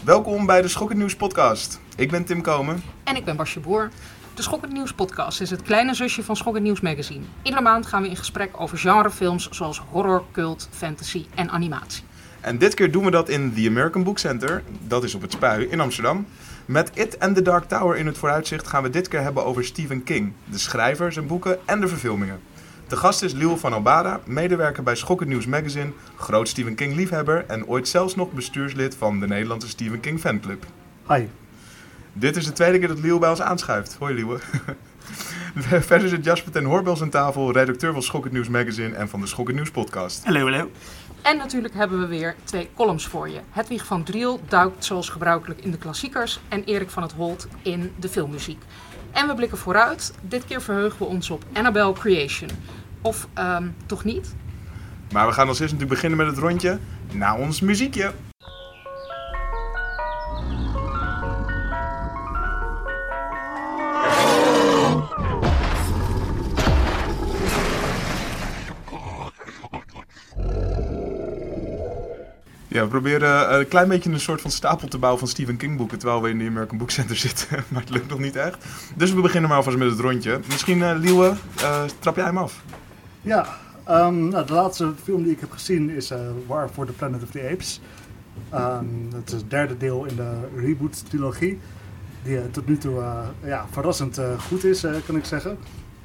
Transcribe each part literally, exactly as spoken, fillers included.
Welkom bij de Schokkend Nieuws podcast. Ik ben Tim Komen. En ik ben Basje Boer. De Schokkend Nieuws podcast is het kleine zusje van Schokkend Nieuws magazine. Iedere maand gaan we in gesprek over genrefilms zoals horror, cult, fantasy en animatie. En dit keer doen we dat in The American Book Center, dat is op het Spui in Amsterdam. Met It and the Dark Tower in het vooruitzicht gaan we dit keer hebben over Stephen King, de schrijver, zijn boeken en de verfilmingen. De gast is Liel van Albada, medewerker bij Schokkend Nieuws magazine, groot Stephen King liefhebber en ooit zelfs nog bestuurslid van de Nederlandse Stephen King fanclub. Hi. Dit is de tweede keer dat Liel bij ons aanschuift. Hoi Liel. Verder zit Jasper ten Horbels aan tafel, redacteur van Schokkend Nieuws magazine en van de Schokkend Nieuws podcast. Hallo, hallo. En natuurlijk hebben we weer twee columns voor je. Hedwig van Driel duikt zoals gebruikelijk in de klassiekers en Erik van het Holt in de filmmuziek. En we blikken vooruit. Dit keer verheugen we ons op Annabelle Creation. Of um, toch niet? Maar we gaan als eerst natuurlijk beginnen met het rondje naar ons muziekje. Ja, we proberen een klein beetje een soort van stapel te bouwen van Stephen King boeken, terwijl we in de American Book Center zitten, maar het lukt nog niet echt. Dus we beginnen maar alvast met het rondje. Misschien, uh, Liewe, uh, trap jij hem af? Ja, um, nou, de laatste film die ik heb gezien is uh, War for the Planet of the Apes. Um, het is het derde deel in de reboot-trilogie, die uh, tot nu toe uh, ja, verrassend uh, goed is, uh, kan ik zeggen.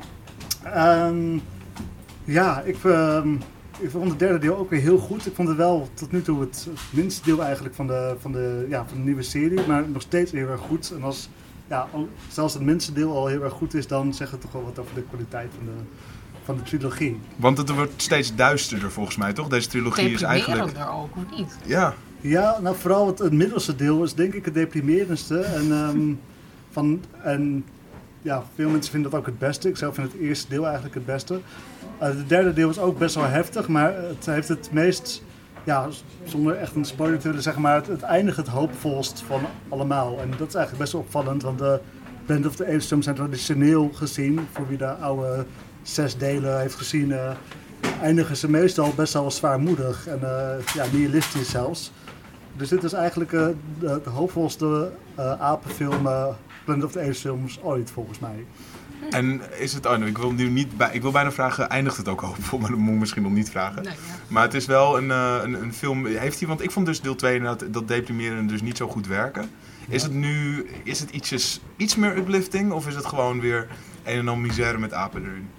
Um, ja, ik... Um, Ik vond het derde deel ook weer heel goed. Ik vond het wel tot nu toe het, het minste deel eigenlijk van de, van, de, ja, van de nieuwe serie. Maar nog steeds heel erg goed. En als ja, zelfs het minste deel al heel erg goed is, dan zegt het toch wel wat over de kwaliteit van de, van de trilogie. Want het wordt steeds duisterder volgens mij, toch? Deze trilogie is eigenlijk... er ook, of niet? Ja. Ja, nou vooral het, het middelste deel is denk ik het deprimerendste. En, um, van, en ja, veel mensen vinden dat ook het beste. Ik zelf vind het eerste deel eigenlijk het beste. Uh, het derde deel is ook best wel heftig, maar het heeft het meest, ja, zonder echt een spoiler te willen zeggen, maar het, het eindigt het hoopvolst van allemaal. En dat is eigenlijk best wel opvallend, want de Planet of the Apes films zijn traditioneel gezien, voor wie de oude zes delen heeft gezien, uh, eindigen ze meestal best wel zwaarmoedig en uh, ja, nihilistisch zelfs. Dus dit is eigenlijk uh, de, de hoopvolste uh, apenfilm, uh, Planet of the Apes films ooit volgens mij. En is het, oh nee, ik wil nu niet bij, ik wil bijna vragen, eindigt het ook hoopvol, maar dat moet ik misschien nog niet vragen. Nee, ja. Maar het is wel een, uh, een, een film, heeft hij, want ik vond dus deel twee inderdaad, dat deprimerende dus niet zo goed werken. Ja. Is het nu, is het ietsjes, iets meer uplifting of is het gewoon weer een en al misère met apen erin?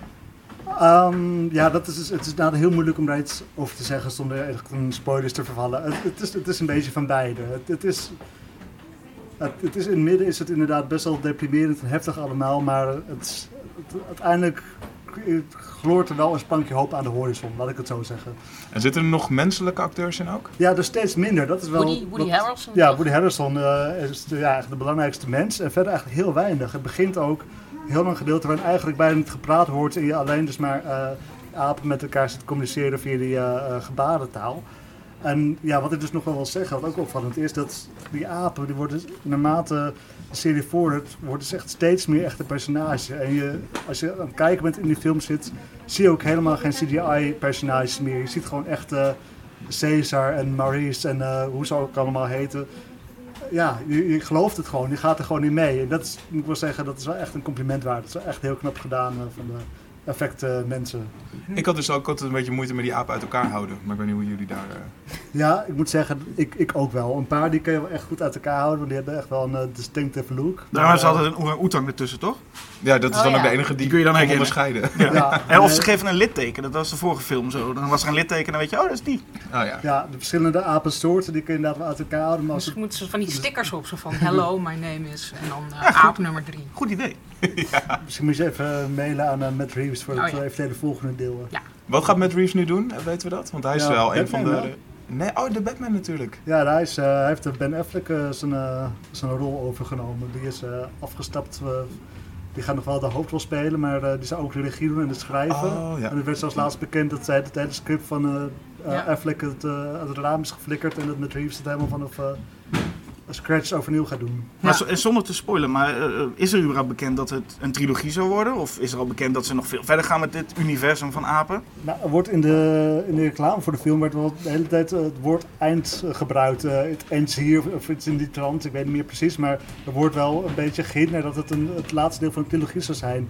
Um, ja, dat is, het is nou heel moeilijk om daar iets over te zeggen zonder echt een spoilers te vervallen. Het, het, is, het is een beetje van beide. Het, het is... Het, het is in het midden is het inderdaad best wel deprimerend en heftig allemaal, maar het, het, uiteindelijk gloort er wel een sprankje hoop aan de horizon, laat ik het zo zeggen. En zitten er nog menselijke acteurs in ook? Ja, dus steeds minder. Dat is wel, Woody, Woody wat, Harrelson? Ja, Woody Harrelson uh, is de, ja, de belangrijkste mens en verder eigenlijk heel weinig. Het begint ook heel lang gedeelte waarin eigenlijk bijna niet gepraat wordt en je alleen dus maar uh, apen met elkaar zit te communiceren via die uh, uh, gebarentaal. En ja, wat ik dus nog wel wil zeggen, wat ook opvallend is, dat die apen, die worden naarmate de serie vordert, worden ze echt steeds meer echte personages. En je, als je aan het kijken bent in die film zit, zie je ook helemaal geen C G I-personages meer. Je ziet gewoon echt uh, Caesar en Maurice en uh, hoe ze ook allemaal heten. Ja, je, je gelooft het gewoon, je gaat er gewoon in mee. En dat is, moet ik wel zeggen, dat is wel echt een compliment waard. Dat is wel echt heel knap gedaan uh, van de effecten mensen. Ik had dus ook altijd een beetje moeite met die apen uit elkaar houden. Maar ik weet niet hoe jullie daar... Uh... Ja, ik moet zeggen, ik, ik ook wel. Een paar die kun je wel echt goed uit elkaar houden. Want die hebben echt wel een uh, distinctive look. Daar is uh, altijd een orang-oetang ertussen, toch? Ja, dat is oh, dan ja. ook de enige die, die kun je dan kan onderscheiden. Ja. Ja, en of nee. ze geven een litteken, dat was de vorige film zo. Dan was er een litteken en dan weet je, oh, dat is die. Oh, ja. Ja, de verschillende apensoorten, die kun je inderdaad wel uit elkaar houden. Maar als Dus het... moeten ze van die stickers op, zo van hello, my name is, en dan uh, ja, aap nummer drie. Goed idee. Ja. Misschien moet je even mailen aan uh, Matt Reeves voor het oh, ja. eventuele volgende deel. Uh. Ja. Wat gaat Matt Reeves nu doen? Weten we dat? Want hij is Ja, wel Batman, een van de... wel. Nee, oh, de Batman natuurlijk. Ja, hij, is, uh, hij heeft uh, Ben Affleck uh, zijn, uh, zijn rol overgenomen. Die is uh, afgestapt. Uh, die gaat nog wel de hoofdrol spelen, maar uh, die zou ook de regie doen en het schrijven. Oh, ja. En er werd zelfs laatst bekend dat zij het hele script van uh, uh, Ja. Affleck het, uh, uit het raam is geflikkerd en dat Matt Reeves het helemaal vanaf uh, scratch overnieuw gaat doen. Maar Ja. zo- en zonder te spoilen, maar uh, is er überhaupt bekend dat het een trilogie zou worden? Of is er al bekend dat ze nog veel verder gaan met dit universum van apen? Nou, er wordt in de, in de reclame voor de film werd wel de hele tijd uh, het woord eind uh, gebruikt. Uh, het ends hier of, of iets in die trant, ik weet niet meer precies. Maar er wordt wel een beetje gehind naar dat het een, het laatste deel van de trilogie zou zijn.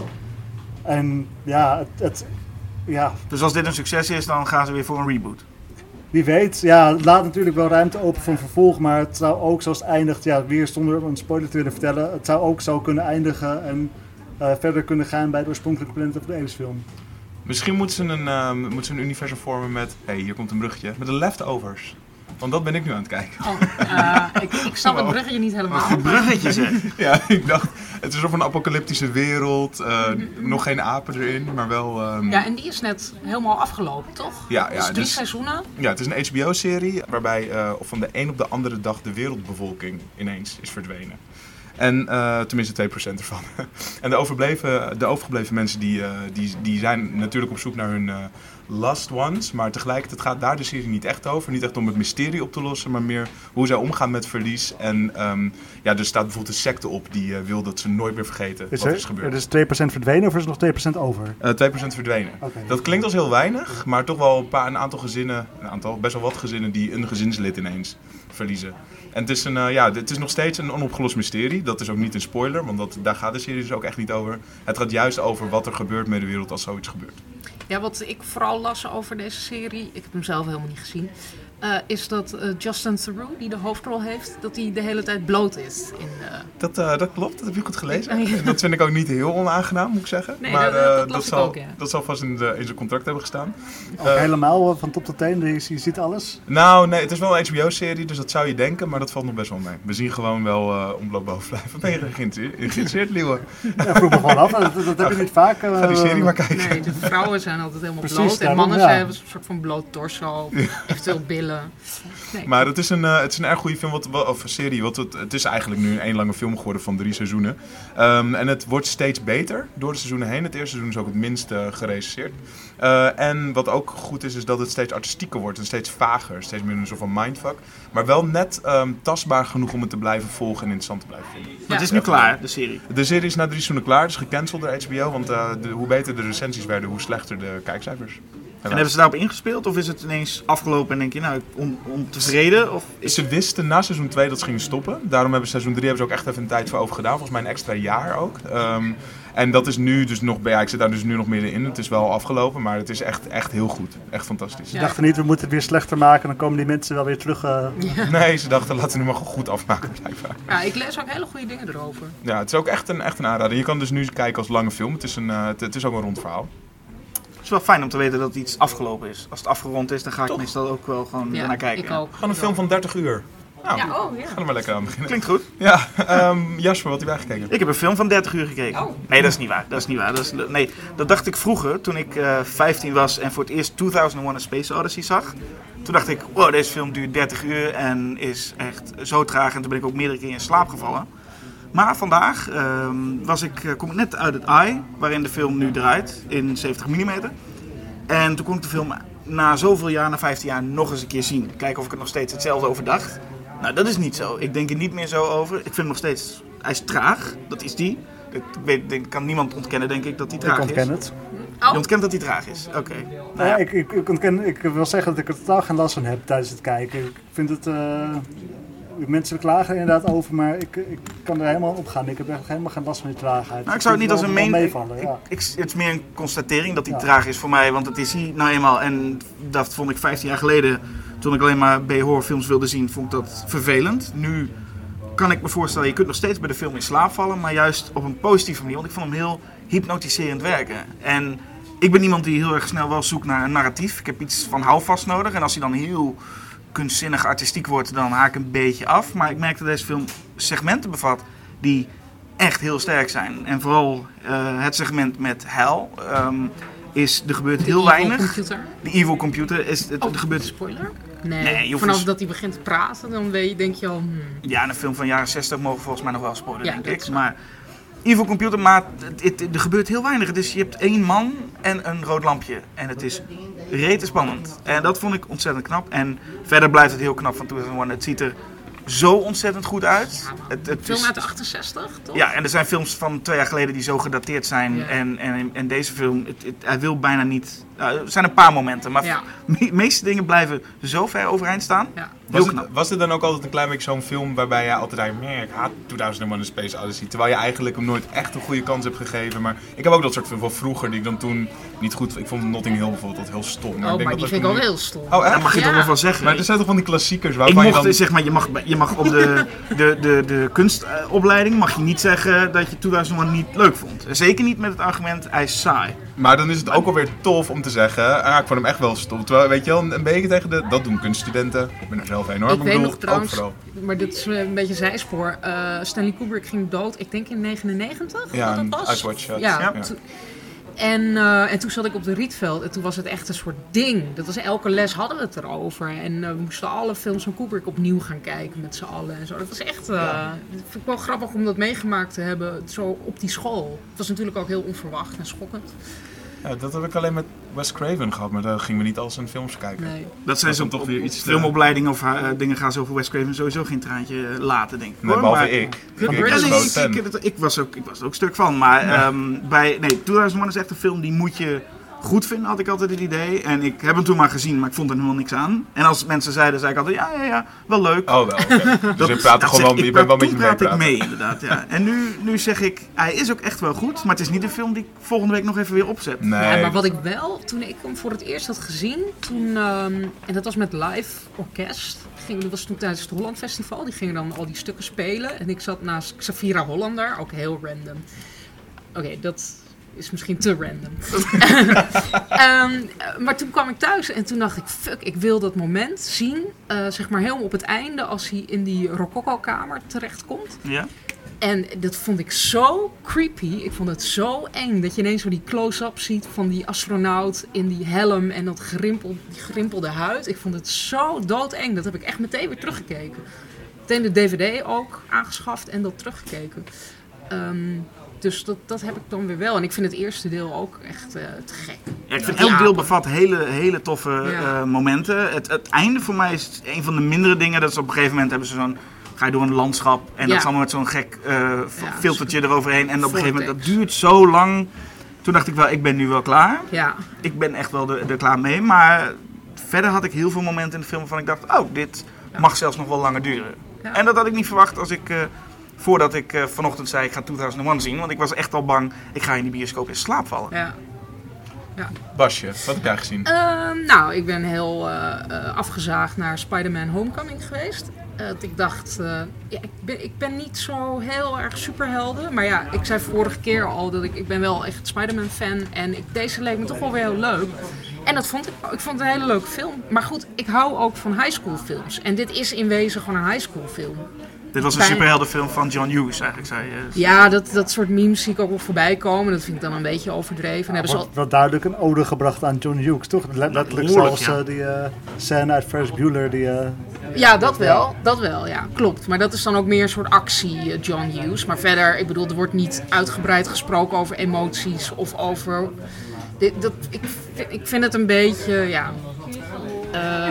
En ja, het, het, ja, Dus als dit een succes is, dan gaan ze weer voor een reboot. wie weet. Ja, het laat natuurlijk wel ruimte open voor een vervolg. Maar het zou ook zoals het eindigt, ja, weer zonder een spoiler te willen vertellen. Het zou ook zo kunnen eindigen en uh, verder kunnen gaan bij de oorspronkelijke Planet of the Apes film. Misschien moeten ze een, uh, moeten ze een universum vormen met... Hé, hey, hier komt een bruggetje. Met de leftovers. Want dat ben ik nu aan het kijken. Oh, uh, ik, ik snap het bruggetje niet helemaal. Goed bruggetje zeg. Ja, ik dacht... Het is of een apocalyptische wereld. Uh, nog geen apen erin, maar wel... Um... Ja, en die is net helemaal afgelopen, toch? Ja, ja, dus drie dus- seizoenen. Ja, het is een H B O-serie waarbij uh, van de een op de andere dag de wereldbevolking ineens is verdwenen. En uh, tenminste twee procent ervan. En de overbleven, de overgebleven mensen die, uh, die, die zijn natuurlijk op zoek naar hun uh, last ones. Maar tegelijkertijd gaat daar de serie niet echt over. Niet echt om het mysterie op te lossen, maar meer hoe zij omgaan met verlies. En um, ja, er staat bijvoorbeeld een secte op die uh, wil dat ze nooit meer vergeten Is wat er er, is gebeurd. er is twee procent verdwenen of is er nog twee procent over? Uh, twee procent verdwenen. Okay. Dat klinkt als heel weinig, maar toch wel een, paar, een aantal gezinnen, een aantal, best wel wat gezinnen die een gezinslid ineens verliezen. En het is, een, uh, ja, het is nog steeds een onopgelost mysterie. Dat is ook niet een spoiler, want dat, daar gaat de serie dus ook echt niet over. Het gaat juist over wat er gebeurt met de wereld als zoiets gebeurt. Ja, wat ik vooral las over deze serie, ik heb hem zelf helemaal niet gezien, uh, is dat uh, Justin Theroux, die de hoofdrol heeft, dat hij de hele tijd bloot is. In, uh... dat, uh, dat klopt, dat heb je goed gelezen. Ja. Dat vind ik ook niet heel onaangenaam, moet ik zeggen. Nee, maar dat- dat uh, las dat, ik zal, ook, ja. dat zal vast in, de, in zijn contract hebben gestaan. Ook Uh, helemaal uh, van top tot teen, je, je ziet alles. Nou, nee, het is wel een H B O-serie, dus dat zou je denken, maar dat valt nog best wel mee. We zien gewoon wel uh, onbloot boven blijven. Ben je geïnteresseerd, geïnteresseerd Liewe? Ja, vroeg me gewoon af, dat, dat heb je niet vaak. Uh, Ga die serie maar kijken. Nee, de vrouwen zijn altijd helemaal Precies, bloot en daarom, mannen ja. zijn hebben een soort van bloot torso, eventueel billen. Nee. Maar het is een, uh, het is een erg goede film, wat, wat- of serie. Wat het, het is eigenlijk nu een één lange film geworden van drie seizoenen. Um, en het wordt steeds beter door de seizoenen heen. Het eerste seizoen is ook het minst uh, geregisseerd. Uh, en wat ook goed is, is dat het steeds artistieker wordt en steeds vager. Steeds meer een soort van mindfuck. Maar wel net um, tastbaar genoeg om het te blijven volgen en interessant te blijven vinden. Maar het is nu klaar, de serie. De serie is na drie seizoenen klaar, dus gecanceld door H B O. Want uh, de, hoe beter de recensies werden, hoe slechter de kijkcijfers. En hebben ze daarop ingespeeld of is het ineens afgelopen en denk je nou on, ontevreden? Of is... Ze wisten na seizoen twee dat ze gingen stoppen. Daarom hebben seizoen drie hebben ze ook echt even een tijd voor over gedaan. Volgens mij een extra jaar ook. Um, en dat is nu dus nog... Ja, ik zit daar dus nu nog middenin. Het is wel afgelopen, maar het is echt, echt heel goed. Echt fantastisch. Ze dachten niet, we moeten het weer slechter maken, dan komen die mensen wel weer terug. Uh, Ja. Nee, ze dachten laten we nu maar gewoon goed afmaken blijkbaar. Ja, ik lees ook hele goede dingen erover. Ja, het is ook echt een, echt een aanrader. Je kan dus nu kijken als lange film. Het is, een, uh, het, het is ook een rond verhaal. Het is wel fijn om te weten dat iets afgelopen is. Als het afgerond is, dan ga ik Toch? meestal ook wel gewoon Ja, naar kijken. ik ook. Gewoon een film van dertig uur. Nou, Ja, oh ja. ga er maar lekker aan beginnen. Klinkt goed. Ja, um, Jasper, wat heb jij gekeken? Ik heb een film van dertig uur gekeken. Oh. Nee, dat is niet waar. Dat is niet waar. Dat is, nee, dat dacht ik vroeger toen ik uh, vijftien was en voor het eerst tweeduizend één A Space Odyssey zag. Toen dacht ik, wow, deze film duurt dertig uur en is echt zo traag. En toen ben ik ook meerdere keer in slaap gevallen. Maar vandaag uh, was ik, uh, kom ik net uit het Eye, waarin de film nu draait in zeventig millimeter. En toen kon ik de film na zoveel jaar, na vijftien jaar, nog eens een keer zien. Kijken of ik er nog steeds hetzelfde over dacht. Nou, dat is niet zo. Ik denk er niet meer zo over. Ik vind hem nog steeds... Hij is traag. Dat is die. Ik weet, denk, kan niemand ontkennen, denk ik, dat hij ik traag is. ontken het. Oh, Je ontkent dat hij traag is? Oké. Okay. Nou Nou ja. ja, ik, ik, ik, ontken, ik wil zeggen dat ik er totaal geen last van heb tijdens het kijken. Ik vind het... Uh, mensen klagen er inderdaad over, maar ik, ik kan er helemaal op gaan. Ik heb echt helemaal geen last van die traagheid. Nou, ik zou het niet als een main main... meevallen. ik- Ja. ik- Het is meer een constatering dat hij Ja. traag is voor mij, want het is hij nou eenmaal. En dat vond ik vijftien jaar geleden, toen ik alleen maar B-horrorfilms wilde zien, vond ik dat vervelend. Nu kan ik me voorstellen, je kunt nog steeds bij de film in slaap vallen, maar juist op een positieve manier, want ik vond hem heel hypnotiserend werken. En ik ben iemand die heel erg snel wel zoekt naar een narratief. Ik heb iets van houvast nodig en als hij dan heel kunstzinnig artistiek wordt, dan haak ik een beetje af. Maar ik merk dat deze film segmenten bevat die echt heel sterk zijn. En vooral uh, het segment met Hal um, is, er gebeurt de heel evil weinig. Computer. De evil computer, is, het, Oh, er gebeurt... spoiler? Nee, Nee, je hoeft vanaf dus- dat hij begint te praten, dan weet je, denk je al... Hmm. Ja, in een film van jaren zestig mogen volgens mij nog wel spoilen, Ja, denk dat ik. is waar. Maar evil computer, maar het, het, er gebeurt heel weinig. Dus je hebt één man en een rood lampje. En het is rete spannend. En dat vond ik ontzettend knap. En verder blijft het heel knap van tweeduizend één. Het ziet er zo ontzettend goed uit. Ja, man. Het, het Film is- uit achtenzestig, toch? Ja, en er zijn films van twee jaar geleden die zo gedateerd zijn. Ja. En, en, en deze film, het, het- hij wil bijna niet... nou, er zijn een paar momenten, maar Ja. de meeste dingen blijven zo ver overeind staan. Ja. Was Heel het, knap. was het dan ook altijd een klein beetje zo'n film waarbij je altijd dacht, "Meh, ik haat tweeduizend one A Space Odyssey", terwijl je eigenlijk hem nooit echt een goede kans hebt gegeven. Maar ik heb ook dat soort films van vroeger die ik dan toen niet goed... Ik vond Notting Hill bijvoorbeeld altijd heel stom. Oh, ik maar denk die dat vind ik ook nu- heel stom. Oh, echt? Dat mag je Ja. toch wel van zeggen. Maar er zijn toch van die klassiekers Ik waarvan mocht, je dan... zeg maar, je mag, je mag op de, de, de, de kunstopleiding mag je niet zeggen dat je tweeduizend one niet leuk vond. Zeker niet met het argument, hij is saai. Maar dan is het ook alweer tof om te zeggen, ah, ik vond hem echt wel stom. Terwijl, weet je wel, een beetje tegen de... Dat doen kunststudenten. Ik ben er zelf een hoor. Ik maar weet bedoel, nog trouwens, ook vooral. maar dit is een beetje zijspoor. Uh, Stanley Kubrick ging dood, ik denk in negenennegentig. Ja, dat een dat was. Eyes Wide Shut. Ja. Ja. Toen- En, uh, en toen zat ik op de Rietveld en toen was het echt een soort ding. Dat was elke les hadden we het erover. En uh, we moesten alle films van Kubrick opnieuw gaan kijken met z'n allen en zo. Dat was echt, uh, Ja. dat vind ik wel grappig om dat meegemaakt te hebben, zo op die school. Het was natuurlijk ook heel onverwacht en schokkend. Ja, dat heb ik alleen met Wes Craven gehad, maar daar gingen we niet al zijn films kijken. Nee. Dat zijn Dat zo is dan toch weer iets te- filmopleidingen of uh, dingen gaan ze over Wes Craven sowieso geen traantje laten, denk ik. Nee, hoor. behalve Maar- ik. Good Ik Ja, ben riddance. een nee, groot ik, fan. ik, ik, was ook, ik was er ook een stuk van, maar Ja. ehm, bij, nee, tweeduizend one is echt een film die moet je goed vinden, had ik altijd het idee. En ik heb hem toen maar gezien, maar ik vond er helemaal niks aan. En als mensen zeiden, zei ik altijd, ja, ja, ja, wel leuk. Oh wel, oké. Dus je praat dat gewoon zeg- wel, ik je praat- bent wel een beetje toen mee praat ik praten. mee, inderdaad, ja. En nu, nu zeg ik, hij is ook echt wel goed, maar het is niet een film die ik volgende week nog even weer opzet. Nee. Ja, maar wat ik wel, toen ik hem voor het eerst had gezien, toen, ehm, en dat was met live orkest, ging, dat was toen tijdens het Holland Festival, die gingen dan al die stukken spelen. En ik zat naast Xavira Hollander, ook heel random. Oké, dat is misschien te random. um, maar toen kwam ik thuis en toen dacht ik, fuck, ik wil dat moment zien, uh, zeg maar helemaal op het einde, als hij in die rococo-kamer terechtkomt. Ja? En dat vond ik zo creepy. Ik vond het zo eng dat je ineens zo die close-up ziet van die astronaut in die helm en dat gerimpel, die gerimpelde huid. Ik vond het zo doodeng. Dat heb ik echt meteen weer teruggekeken. Meteen de D V D ook aangeschaft en dat teruggekeken. Um, dus dat, dat heb ik dan weer wel. En ik vind het eerste deel ook echt uh, te gek. Ja, ik vind Die elk deel apen. bevat hele, hele toffe Ja. uh, momenten. Het, het einde voor mij is een van de mindere dingen. Dat is op een gegeven moment hebben ze zo'n... Ga je door een landschap en Ja. dat is allemaal met zo'n gek uh, Ja, filtertje eroverheen. En op een gegeven moment, dat vortex. duurt zo lang. Toen dacht ik wel, ik ben nu wel klaar. Ja, Ik ben echt wel er, er klaar mee. Maar verder had ik heel veel momenten in de film waarvan ik dacht... Oh, dit Ja. mag zelfs nog wel langer duren. Ja. En dat had ik niet verwacht als ik... Uh, voordat ik uh, vanochtend zei, ik ga tweeduizend one zien. Want ik was echt al bang, ik ga in die bioscoop in slaap vallen. ja. Basje, wat heb jij gezien? Um, nou, ik ben heel uh, uh, afgezaagd naar Spider-Man Homecoming geweest. Uh, ik dacht, uh, ja, ik, ben, ik ben niet zo heel erg superhelden. Maar ja, ik zei vorige keer al dat ik, ik ben wel echt Spider-Man fan. En ik, deze leek me toch wel weer heel leuk. En dat vond ik, ik vond het een hele leuke film. Maar goed, ik hou ook van high school films. En dit is in wezen gewoon een high school film. Dit was een Bij- superheldenfilm van John Hughes eigenlijk, zei je. Ja, dat, dat soort memes zie ik ook wel voorbij komen. Dat vind ik dan een beetje overdreven. En hebben ze al... wordt wel duidelijk een ode gebracht aan John Hughes, toch? Let- Letterlijk Behoorlijk, zoals ja. uh, die uh, scène uit Ferris Bueller. Die, uh, Ja, dat wel. Dat wel, ja. Klopt. Maar dat is dan ook meer een soort actie, uh, John Hughes. Maar verder, ik bedoel, er wordt niet uitgebreid gesproken over emoties of over... Dit, dat, ik, vind, ik vind het een beetje, ja... Uh,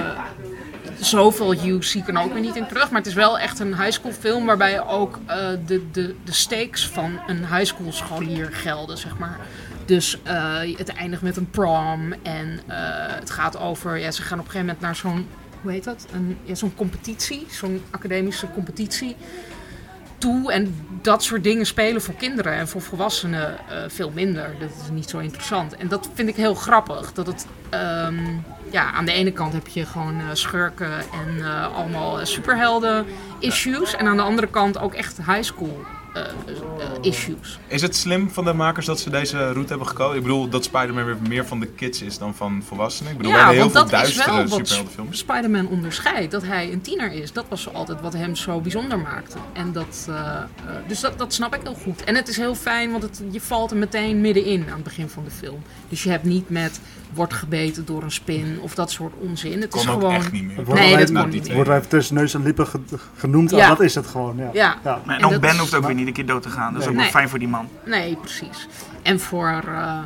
zoveel Hughes zie ik er ook weer niet in terug. Maar het is wel echt een high school film waarbij ook uh, de, de, de stakes van een high school scholier gelden, zeg maar. Dus uh, het eindigt met een prom en uh, het gaat over... Ja, ze gaan op een gegeven moment naar zo'n... Hoe heet dat? Een, ja, zo'n competitie, zo'n academische competitie toe. En dat soort dingen spelen voor kinderen en voor volwassenen uh, veel minder. Dat is niet zo interessant. En dat vind ik heel grappig. Dat het... Um, ja, aan de ene kant heb je gewoon uh, schurken en uh, allemaal uh, superhelden issues. En aan de andere kant ook echt high school uh, uh, issues. Is het slim van de makers dat ze deze route hebben gekozen? Ik bedoel dat Spider-Man weer meer van de kids is dan van volwassenen. Ik bedoel, we Ja, hebben heel want veel dat is wel duistere wat superheldenfilms. Spider-Man onderscheidt. Dat hij een tiener is. Dat was altijd wat hem zo bijzonder maakte. En dat, uh, uh, dus dat, dat snap ik heel goed. En het is heel fijn, want het, je valt er meteen middenin aan het begin van de film. Dus je hebt niet met wordt gebeten door een spin of dat soort onzin. Het is Kon ook gewoon... echt niet meer. het Nee, wordt dat wel kon even- niet het meer. wordt wel even tussen neus en lippen ge- genoemd. Ja. En dat is het gewoon. Ja. Ja. Ja. En En ook dat Ben is- hoeft ook weer niet een keer dood te gaan. Dat is ook Nee. wel fijn voor die man. Nee, precies. En voor uh,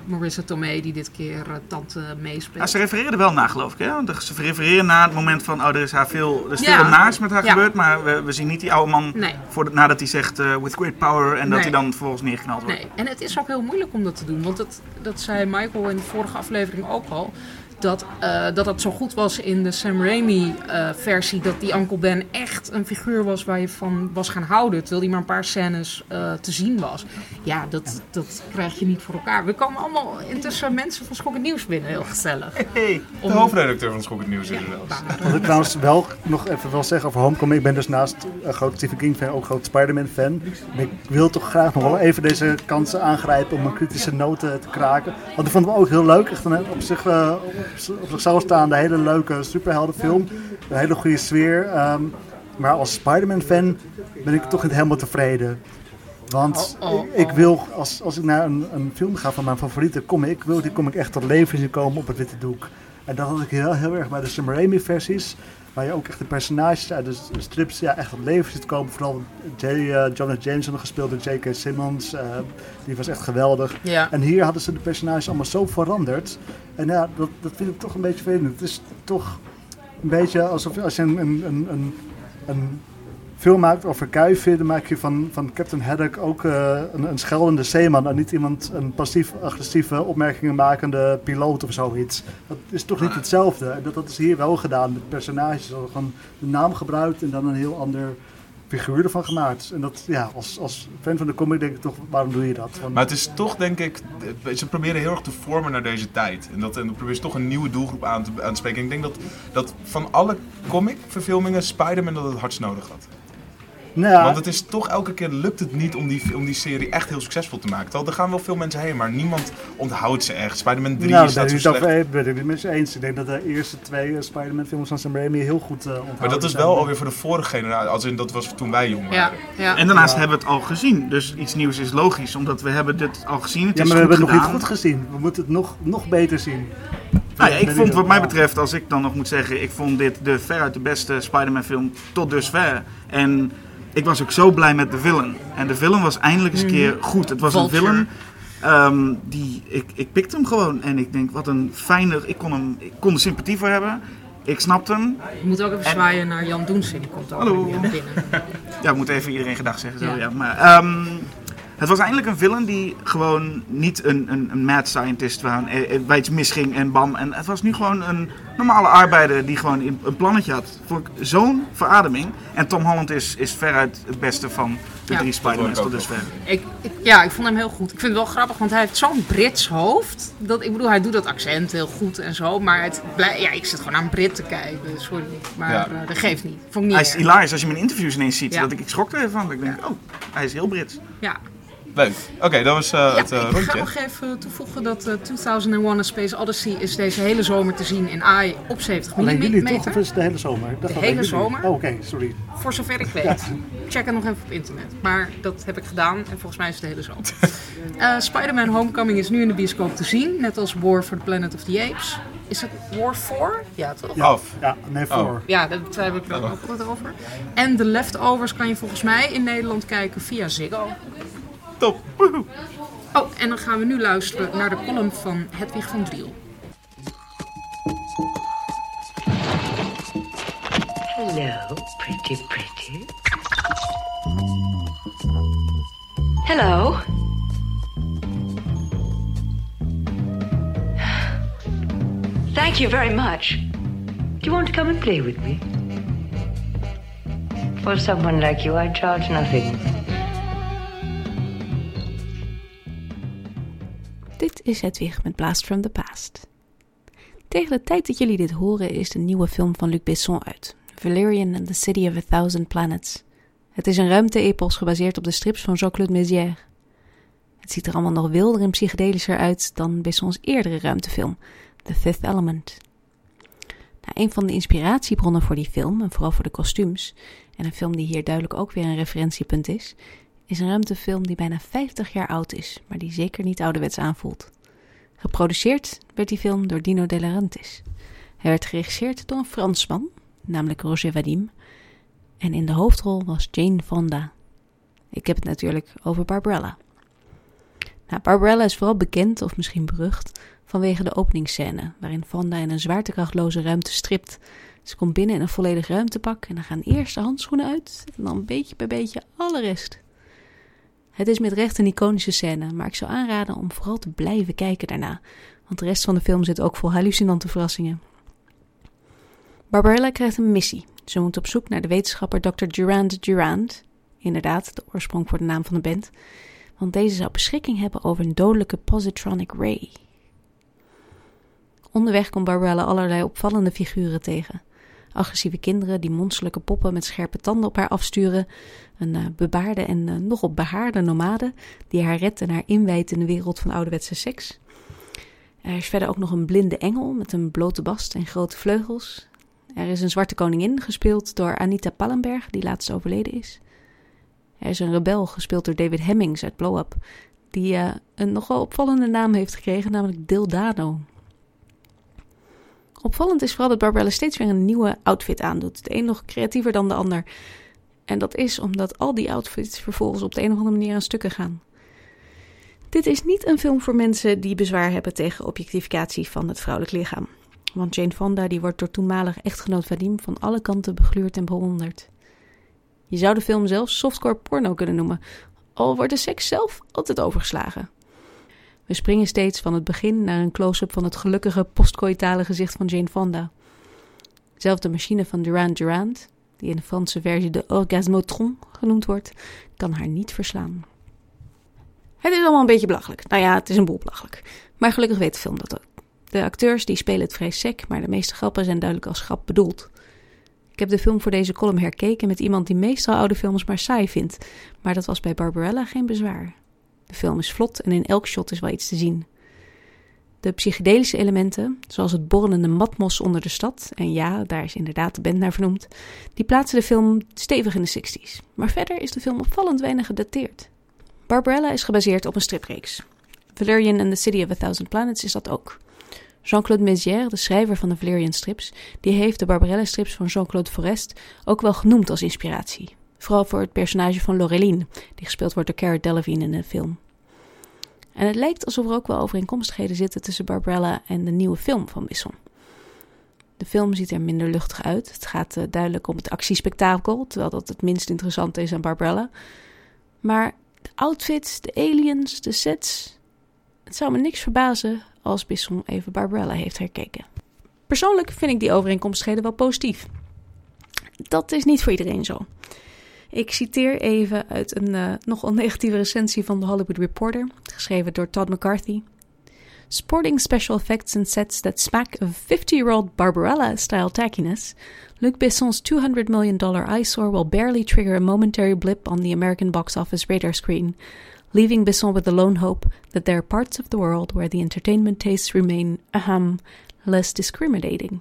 Marissa Tomei die dit keer uh, tante meespeelt. Ja, ze refereerde wel naar, geloof ik. Hè? Want ze refereren naar het moment van, oh, er is haar veel, er is Ja. veel naars met haar Ja. gebeurd, maar we, we zien niet die oude man Nee. voor de- nadat hij zegt uh, with great power en dat Nee. hij dan vervolgens neergeknald wordt. Nee, en het is ook heel moeilijk om dat te doen. Want dat, dat zei Michael in de vorige aflevering ook al. Dat, uh, dat het zo goed was in de Sam Raimi-versie. dat die Uncle Ben echt een figuur was waar je van was gaan houden. Terwijl hij maar een paar scènes uh, te zien was. Ja, dat, dat krijg je niet voor elkaar. We komen allemaal intussen mensen van Schokkend Nieuws binnen. Heel gezellig. Hey, de Om- hoofdredacteur van Schokkend Nieuws is Ja, er zelfs. waar. Wat ik trouwens wel nog even wil zeggen over Homecoming. Ik ben dus naast een groot Stephen King fan ook een groot Spider-Man fan. En ik wil toch graag nog wel even deze kansen aangrijpen om een kritische noten te kraken. Want ik vond hem ook heel leuk. Echt een op, zich, uh, op, op zichzelf staande hele leuke superheldenfilm. Een hele goede sfeer. Um, maar als Spider-Man fan ben ik toch niet helemaal tevreden. Want Oh, oh, oh. ik wil, als, als ik naar een, een film ga van mijn favoriete comic, wil die comic echt tot leven zien komen op het witte doek. En dat had ik heel, heel erg bij de Sam Raimi versies. Waar je ook echt de personages uit de strips ja, echt tot leven ziet komen. Vooral J, uh, Jonah Jameson gespeeld door J K. Simmons. Uh, die was echt geweldig. Ja. En hier hadden ze de personages allemaal zo veranderd. En ja, dat, dat vind ik toch een beetje vervelend. Het is toch een beetje alsof als je een, een, een, een, een film maakt over kuifje, dan maak je van, van Captain Haddock ook uh, een, een scheldende zeeman. En niet iemand, een passief-agressieve, opmerkingen makende piloot of zoiets. Dat is toch niet hetzelfde. En dat, dat is hier wel gedaan met personages. Ze hadden gewoon de naam gebruikt en dan een heel ander figuur ervan gemaakt. En dat, ja, als, als fan van de comic denk ik toch, waarom doe je dat? Want, Maar het is toch, denk ik, ze proberen heel erg te vormen naar deze tijd. En dat, en dan proberen ze toch een nieuwe doelgroep aan te, aan te spreken. Ik denk dat, dat van alle comic-verfilmingen Spider-Man dat het hardst nodig had. nou ja, Want het is toch elke keer lukt het niet om die, om die serie echt heel succesvol te maken. Terwijl er gaan wel veel mensen heen, maar niemand onthoudt ze echt. Spider-Man drie nou, is daar dat ben zo ik het slecht. over- ben ik het met je eens. Ik denk dat de eerste twee uh, Spider-Man films van Sam Raimi heel goed uh, onthouden Maar dat is zijn. wel alweer voor de vorige generatie, als in dat was toen wij jong Ja, waren. ja. En daarnaast Ja. hebben we het al gezien, dus iets nieuws is logisch, omdat we hebben dit al gezien. Het Ja, is maar we goed hebben het nog gedaan. niet goed gezien. We moeten het nog, nog beter zien. Nou ja, ik Ben vond ik wat ook, mij ja. betreft, als ik dan nog moet zeggen, ik vond dit de veruit de beste Spider-Man film tot dusver. En ik was ook zo blij met de villain. En de villain was eindelijk eens een keer goed. Het was Vulture. een villain um, die, ik, ik pikte hem gewoon. En ik denk, wat een fijne, ik kon, hem, ik kon er sympathie voor hebben. Ik snapte hem. Je moet ook even zwaaien naar Jan Doensen, die komt ook Hallo. weer binnen. Ja, ik moet even iedereen gedag zeggen. Zo, Ja. ja. Maar, um, het was eindelijk een villain die gewoon niet een, een, een mad scientist was, eh, bij iets misging en bam. En het was nu gewoon een normale arbeider die gewoon een een plannetje had. Vond ik zo'n verademing. En Tom Holland is, is veruit het beste van de Ja. drie Spider-Mans Dat tot vond ik dusver. Ik, ik, ja, ik vond hem heel goed. Ik vind het wel grappig, want hij heeft zo'n Brits hoofd. Dat, ik bedoel, hij doet dat accent heel goed en zo. Maar het blij, ja, ik zit gewoon naar een Brit te kijken. Sorry, maar Ja. uh, dat geeft niet. Vond ik niet Hij is erg. hilarisch als je hem in interviews ineens ziet. Ja. Dat ik, ik schrok er even van. Dat ik denk, oh, hij is heel Brits. Ja. Leuk. Oké, dat was uh, Ja, het uh, ik rondje. ga nog even toevoegen dat uh, tweeduizend één A Space Odyssey is deze hele zomer te zien in A I op zeventig Alleen jullie toch? millimeter. Of is het de hele zomer? Ik dacht De alleen hele jullie. zomer? Oh, oké, sorry. Voor zover ik weet. Check het nog even op internet. Maar dat heb ik gedaan en volgens mij is het de hele zomer. Uh, Spider-Man Homecoming is nu in de bioscoop te zien. Net als War for the Planet of the Apes. Is het War voor? Ja, toch? Ja, Af. ja, nee, voor. Oh. Ja, daar heb ik er ook altijd over. En The Leftovers kan je volgens mij in Nederland kijken via Ziggo. Top. Oh, en dan gaan we nu luisteren naar de column van Hedwig van Driel. Hello, pretty, pretty. Hello. Thank you very much. Do you want to come and play with me? For someone like you, I charge nothing. Dit is Hedwig met Blast from the Past. Tegen de tijd dat jullie dit horen is de nieuwe film van Luc Besson uit. Valerian and the City of a Thousand Planets. Het is een ruimte-epos gebaseerd op de strips van Jean-Claude Mézières. Het ziet er allemaal nog wilder en psychedelischer uit dan Bessons eerdere ruimtefilm, The Fifth Element. Nou, een van de inspiratiebronnen voor die film, en vooral voor de kostuums, en een film die hier duidelijk ook weer een referentiepunt is, is een ruimtefilm die bijna vijftig jaar oud is, maar die zeker niet ouderwets aanvoelt. Geproduceerd werd die film door Dino De Laurentiis. Hij werd geregisseerd door een Fransman, namelijk Roger Vadim, en in de hoofdrol was Jane Fonda. Ik heb het natuurlijk over Barbarella. Nou, Barbarella is vooral bekend, of misschien berucht, vanwege de openingsscène, waarin Fonda in een zwaartekrachtloze ruimte stript. Ze komt binnen in een volledig ruimtepak en dan gaan eerst de handschoenen uit en dan beetje bij beetje alle rest. Het is met recht een iconische scène, maar ik zou aanraden om vooral te blijven kijken daarna, want de rest van de film zit ook vol hallucinante verrassingen. Barbarella krijgt een missie. Ze moet op zoek naar de wetenschapper dokter Durand Durand, inderdaad de oorsprong voor de naam van de band, want deze zou beschikking hebben over een dodelijke positronic ray. Onderweg komt Barbarella allerlei opvallende figuren tegen. Agressieve kinderen die monsterlijke poppen met scherpe tanden op haar afsturen. Een uh, bebaarde en uh, nogal behaarde nomade die haar redt en haar inwijdt in de wereld van ouderwetse seks. Er is verder ook nog een blinde engel met een blote bast en grote vleugels. Er is een zwarte koningin, gespeeld door Anita Pallenberg, die laatst overleden is. Er is een rebel, gespeeld door David Hemmings uit Blow Up, die uh, een nogal opvallende naam heeft gekregen, namelijk Dildano. Opvallend is vooral dat Barbarella steeds weer een nieuwe outfit aandoet. De een nog creatiever dan de ander. En dat is omdat al die outfits vervolgens op de een of andere manier aan stukken gaan. Dit is niet een film voor mensen die bezwaar hebben tegen objectificatie van het vrouwelijk lichaam. Want Jane Fonda die wordt door toenmalig echtgenoot Vadim van alle kanten begluurd en bewonderd. Je zou de film zelfs softcore porno kunnen noemen, al wordt de seks zelf altijd overgeslagen. We springen steeds van het begin naar een close-up van het gelukkige postcoïtale gezicht van Jane Fonda. Zelfs de machine van Durand Durand, die in de Franse versie de Orgasmotron genoemd wordt, kan haar niet verslaan. Het is allemaal een beetje belachelijk. Nou ja, het is een boel belachelijk. Maar gelukkig weet de film dat ook. De acteurs die spelen het vrij sec, maar de meeste grappen zijn duidelijk als grap bedoeld. Ik heb de film voor deze column herkeken met iemand die meestal oude films maar saai vindt, maar dat was bij Barbarella geen bezwaar. De film is vlot en in elk shot is wel iets te zien. De psychedelische elementen, zoals het borrelende matmos onder de stad, en ja, daar is inderdaad de band naar vernoemd, die plaatsen de film stevig in de zestig's. Maar verder is de film opvallend weinig gedateerd. Barbarella is gebaseerd op een stripreeks. Valerian and the City of a Thousand Planets is dat ook. Jean-Claude Mézières, de schrijver van de Valerian strips, die heeft de Barbarella strips van Jean-Claude Forest ook wel genoemd als inspiratie. Vooral voor het personage van Laureline, die gespeeld wordt door Cara Delevingne in de film. En het lijkt alsof er ook wel overeenkomstigheden zitten tussen Barbarella en de nieuwe film van Besson. De film ziet er minder luchtig uit. Het gaat uh, duidelijk om het actiespektakel, terwijl dat het minst interessante is aan Barbarella. Maar de outfits, de aliens, de sets, het zou me niks verbazen als Besson even Barbarella heeft herkeken. Persoonlijk vind ik die overeenkomstigheden wel positief. Dat is niet voor iedereen zo. Ik citeer even uit een uh, nogal negatieve recensie van The Hollywood Reporter, geschreven door Todd McCarthy. Sporting special effects and sets that smack of fifty-year-old Barbarella-style tackiness, Luc Besson's two hundred million dollars eyesore will barely trigger a momentary blip on the American box office radar screen, leaving Besson with the lone hope that there are parts of the world where the entertainment tastes remain, ahem, less discriminating.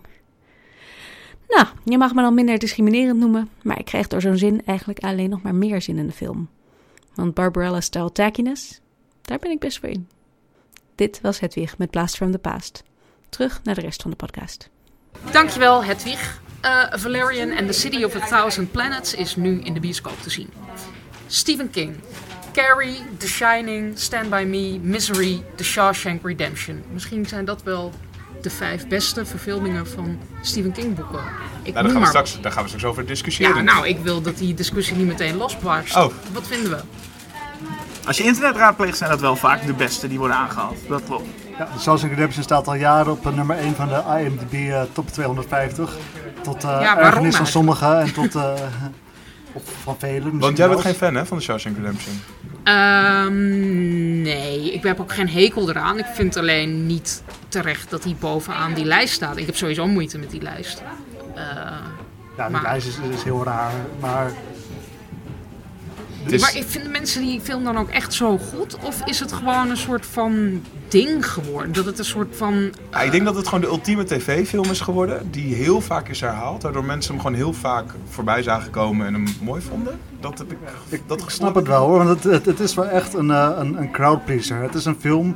Nou, je mag me dan minder discriminerend noemen, maar ik krijg door zo'n zin eigenlijk alleen nog maar meer zin in de film. Want Barbarella-style tackiness, daar ben ik best voor in. Dit was Hedwig met Blast from the Past. Terug naar de rest van de podcast. Dankjewel, Hedwig. Uh, Valerian and the City of a Thousand Planets is nu in de bioscoop te zien. Stephen King. Carrie, The Shining, Stand By Me, Misery, The Shawshank Redemption. Misschien zijn dat wel de vijf beste verfilmingen van Stephen King boeken. Ik nou, daar, gaan we straks, daar gaan we straks over discussiëren. Ja, nou, ik wil dat die discussie niet meteen losbarst. Oh. Wat vinden we? Als je internet raadpleegt, zijn dat wel vaak de beste die worden aangehaald. Dat klopt. Ja, The Shawshank Redemption staat al jaren op nummer één van de I M D B uh, top tweehonderdvijftig. Tot uh, ja, ergernis van sommigen en tot uh, van velen. Want jij bent geen fan hè, van The Shawshank Redemption? Um, nee, ik heb ook geen hekel eraan. Ik vind alleen niet terecht dat hij bovenaan die lijst staat. Ik heb sowieso moeite met die lijst. Uh, ja, die maar... lijst is, is heel raar, maar... Dus... Maar ik vind mensen die film dan ook echt zo goed? Of is het gewoon een soort van ding geworden? Dat het een soort van... Uh... Ja, ik denk dat het gewoon de ultieme tv-film is geworden. Die heel vaak is herhaald. Waardoor mensen hem gewoon heel vaak voorbij zagen komen en hem mooi vonden. Dat heb ik, ik dat ik snap het wel hoor. Want het, het, het is wel echt een, een, een crowdpleaser. Het is een film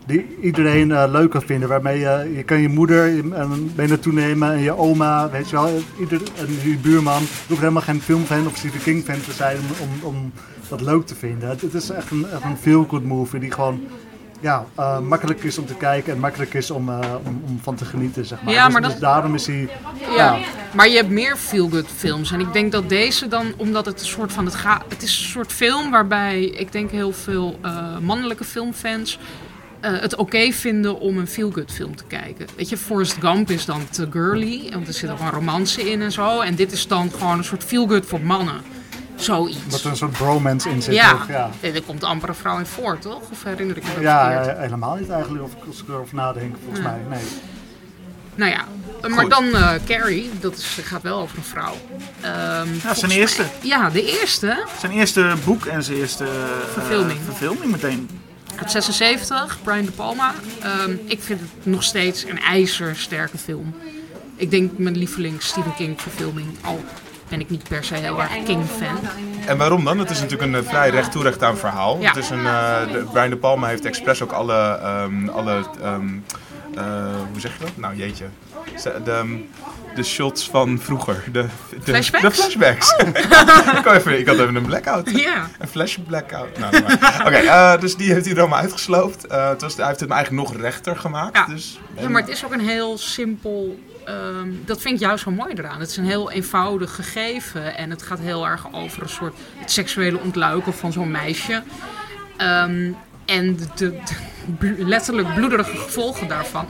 die iedereen uh, leuk kan vinden. Waarmee je, je kan je moeder je, uh, mee naartoe nemen en je oma, weet je wel. Ieder, en je buurman. Je hoeft helemaal geen filmfan of Stephen King fan te zijn om, om, om dat leuk te vinden. Het, het is echt een, echt een feel-good movie die gewoon ja, uh, makkelijk is om te kijken en makkelijk is om, uh, om, om van te genieten, zeg maar. Ja, dus, maar dat... dus daarom is hij... Ja, Ja. maar je hebt meer feel-good films. En ik denk dat deze dan, omdat het een soort van... Het, ga, het is een soort film waarbij ik denk heel veel uh, mannelijke filmfans... Uh, het oké okay vinden om een feel-good film te kijken. Weet je, Forrest Gump is dan te girly. Want er zit ook een romance in en zo. En dit is dan gewoon een soort feel-good voor mannen. Zoiets. Dat er een soort bromance in zit. Ja, Of, ja. er komt amper een vrouw in voor, toch? Of herinner ik me dat Ja, verkeerd? ja, helemaal niet eigenlijk, of als ik erover nadenk, volgens Ja. mij. Nee. Nou ja, maar Goed. dan uh, Carrie, dat is, gaat wel over een vrouw. Um, Ja, volgens zijn eerste. mij- ja, de eerste. Zijn eerste boek en zijn eerste uh, Verfilming. verfilming meteen. Uit zesenzeventig, Brian De Palma. Um, ik vind het nog steeds een ijzersterke film. Ik denk mijn lieveling Stephen King verfilming. Al ben ik niet per se heel erg King-fan. En waarom dan? Het is natuurlijk een uh, vrij recht toe recht aan verhaal. Ja. Het is een, uh, de, Brian De Palma heeft expres ook alle, um, alle um, uh, hoe zeg je dat? Nou jeetje. De, um, de shots van vroeger. De, de Flashbacks? De flashbacks. ik, had even, ik had even een blackout. Ja. Een flash blackout. Nou, Oké, okay, uh, dus die heeft hij er allemaal uitgesloopt. Uh, het was, hij heeft hem eigenlijk nog rechter gemaakt. Ja. Dus, Ja, maar het is ook een heel simpel... Um, dat vind ik juist zo mooi eraan. Het is een heel eenvoudig gegeven. En het gaat heel erg over een soort het seksuele ontluiken van zo'n meisje. Um, en de, de, de letterlijk bloederige gevolgen daarvan.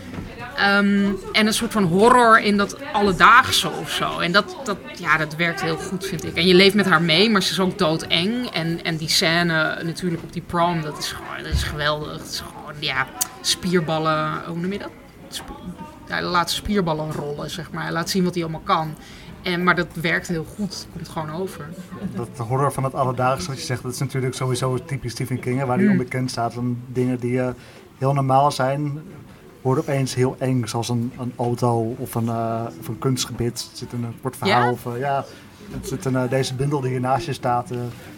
Um, en een soort van horror in dat alledaagse of zo. En dat, dat, ja, dat werkt heel goed, vind ik. En je leeft met haar mee, maar ze is ook doodeng. En, en die scène natuurlijk op die prom, dat is gewoon dat is geweldig. Het is gewoon, ja, spierballen, hoe noem je dat? Sp- Hij laat spierballen rollen, zeg maar. Hij laat zien wat hij allemaal kan. En, maar dat werkt heel goed. Het komt gewoon over. Dat horror van het alledaagse, wat je zegt, dat is natuurlijk sowieso typisch Stephen King, hè, waar hij Mm. onbekend staat. Van dingen die uh, heel normaal zijn, worden opeens heel eng. Zoals een, een auto of een, uh, of een kunstgebied. Het zit in een kort verhaal. Ja? Of, uh, ja, het zit in uh, deze bundel die hier naast je staat. Uh,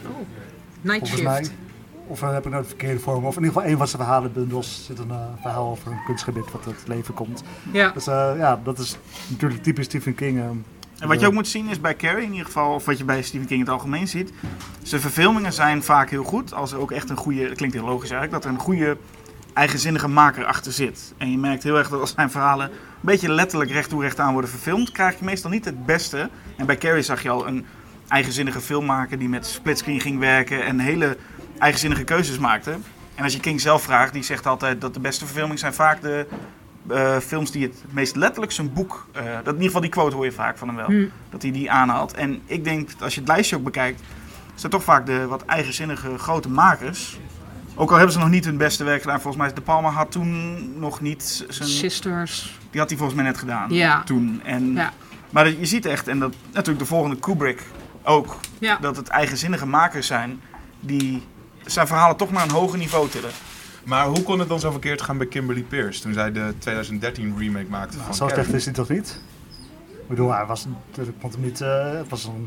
Night volgens mij. Shift. Of uh, heb ik nou de verkeerde vorm. Of in ieder geval een van zijn verhalenbundels zit een uh, verhaal over een kunstgebied wat tot leven komt. Ja. Dus uh, ja, dat is natuurlijk typisch Stephen King. Uh, En wat je ook moet zien is bij Carrie in ieder geval, of wat je bij Stephen King in het algemeen ziet. Zijn verfilmingen zijn vaak heel goed. Als er ook echt een goede, dat klinkt heel logisch eigenlijk, dat er een goede eigenzinnige maker achter zit. En je merkt heel erg dat als zijn verhalen een beetje letterlijk recht toe recht aan worden verfilmd, krijg je meestal niet het beste. En bij Carrie zag je al een eigenzinnige filmmaker die met splitscreen ging werken en hele eigenzinnige keuzes maakte. En als je King zelf vraagt, die zegt altijd dat de beste verfilmingen zijn vaak de uh, films die het meest letterlijk zijn boek, uh, dat in ieder geval die quote hoor je vaak van hem wel, Hmm. dat hij die aanhaalt. En ik denk, dat als je het lijstje ook bekijkt, zijn toch vaak de wat eigenzinnige grote makers. Ook al hebben ze nog niet hun beste werk gedaan, volgens mij is De Palma had toen nog niet zijn, Sisters. die had hij volgens mij net gedaan. Ja. Toen. En, Ja. Maar je ziet echt, en dat natuurlijk de volgende Kubrick ook, Ja. dat het eigenzinnige makers zijn die zijn verhalen toch naar een hoger niveau tillen. Maar hoe kon het dan zo verkeerd gaan bij Kimberly Peirce toen zij de twintig dertien remake maakte van Zo Carrie? slecht is hij toch niet? Ik bedoel, hij was natuurlijk, vond hem niet, uh, het was een,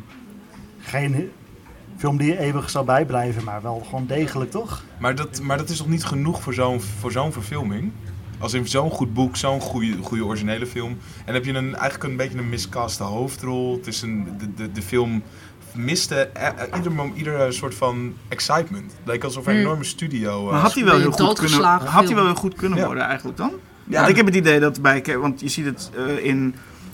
geen film die je eeuwig zal bijblijven, maar wel gewoon degelijk, toch? Maar dat, maar dat is toch niet genoeg voor zo'n, voor zo'n verfilming? Als in zo'n goed boek, zo'n goede, goede originele film. En dan heb je een, eigenlijk een beetje een miscaste hoofdrol. Het is een, de, de, de film miste uh, ieder, mom- ieder soort van excitement. Het leek alsof er een Mm. enorme studio... Uh, Maar had hij wel Ben je heel goed kunnen, doodgeslagen had hij film? wel heel goed kunnen Ja. worden eigenlijk dan? Ja, Want ik heb het idee dat bij, want je ziet het uh, in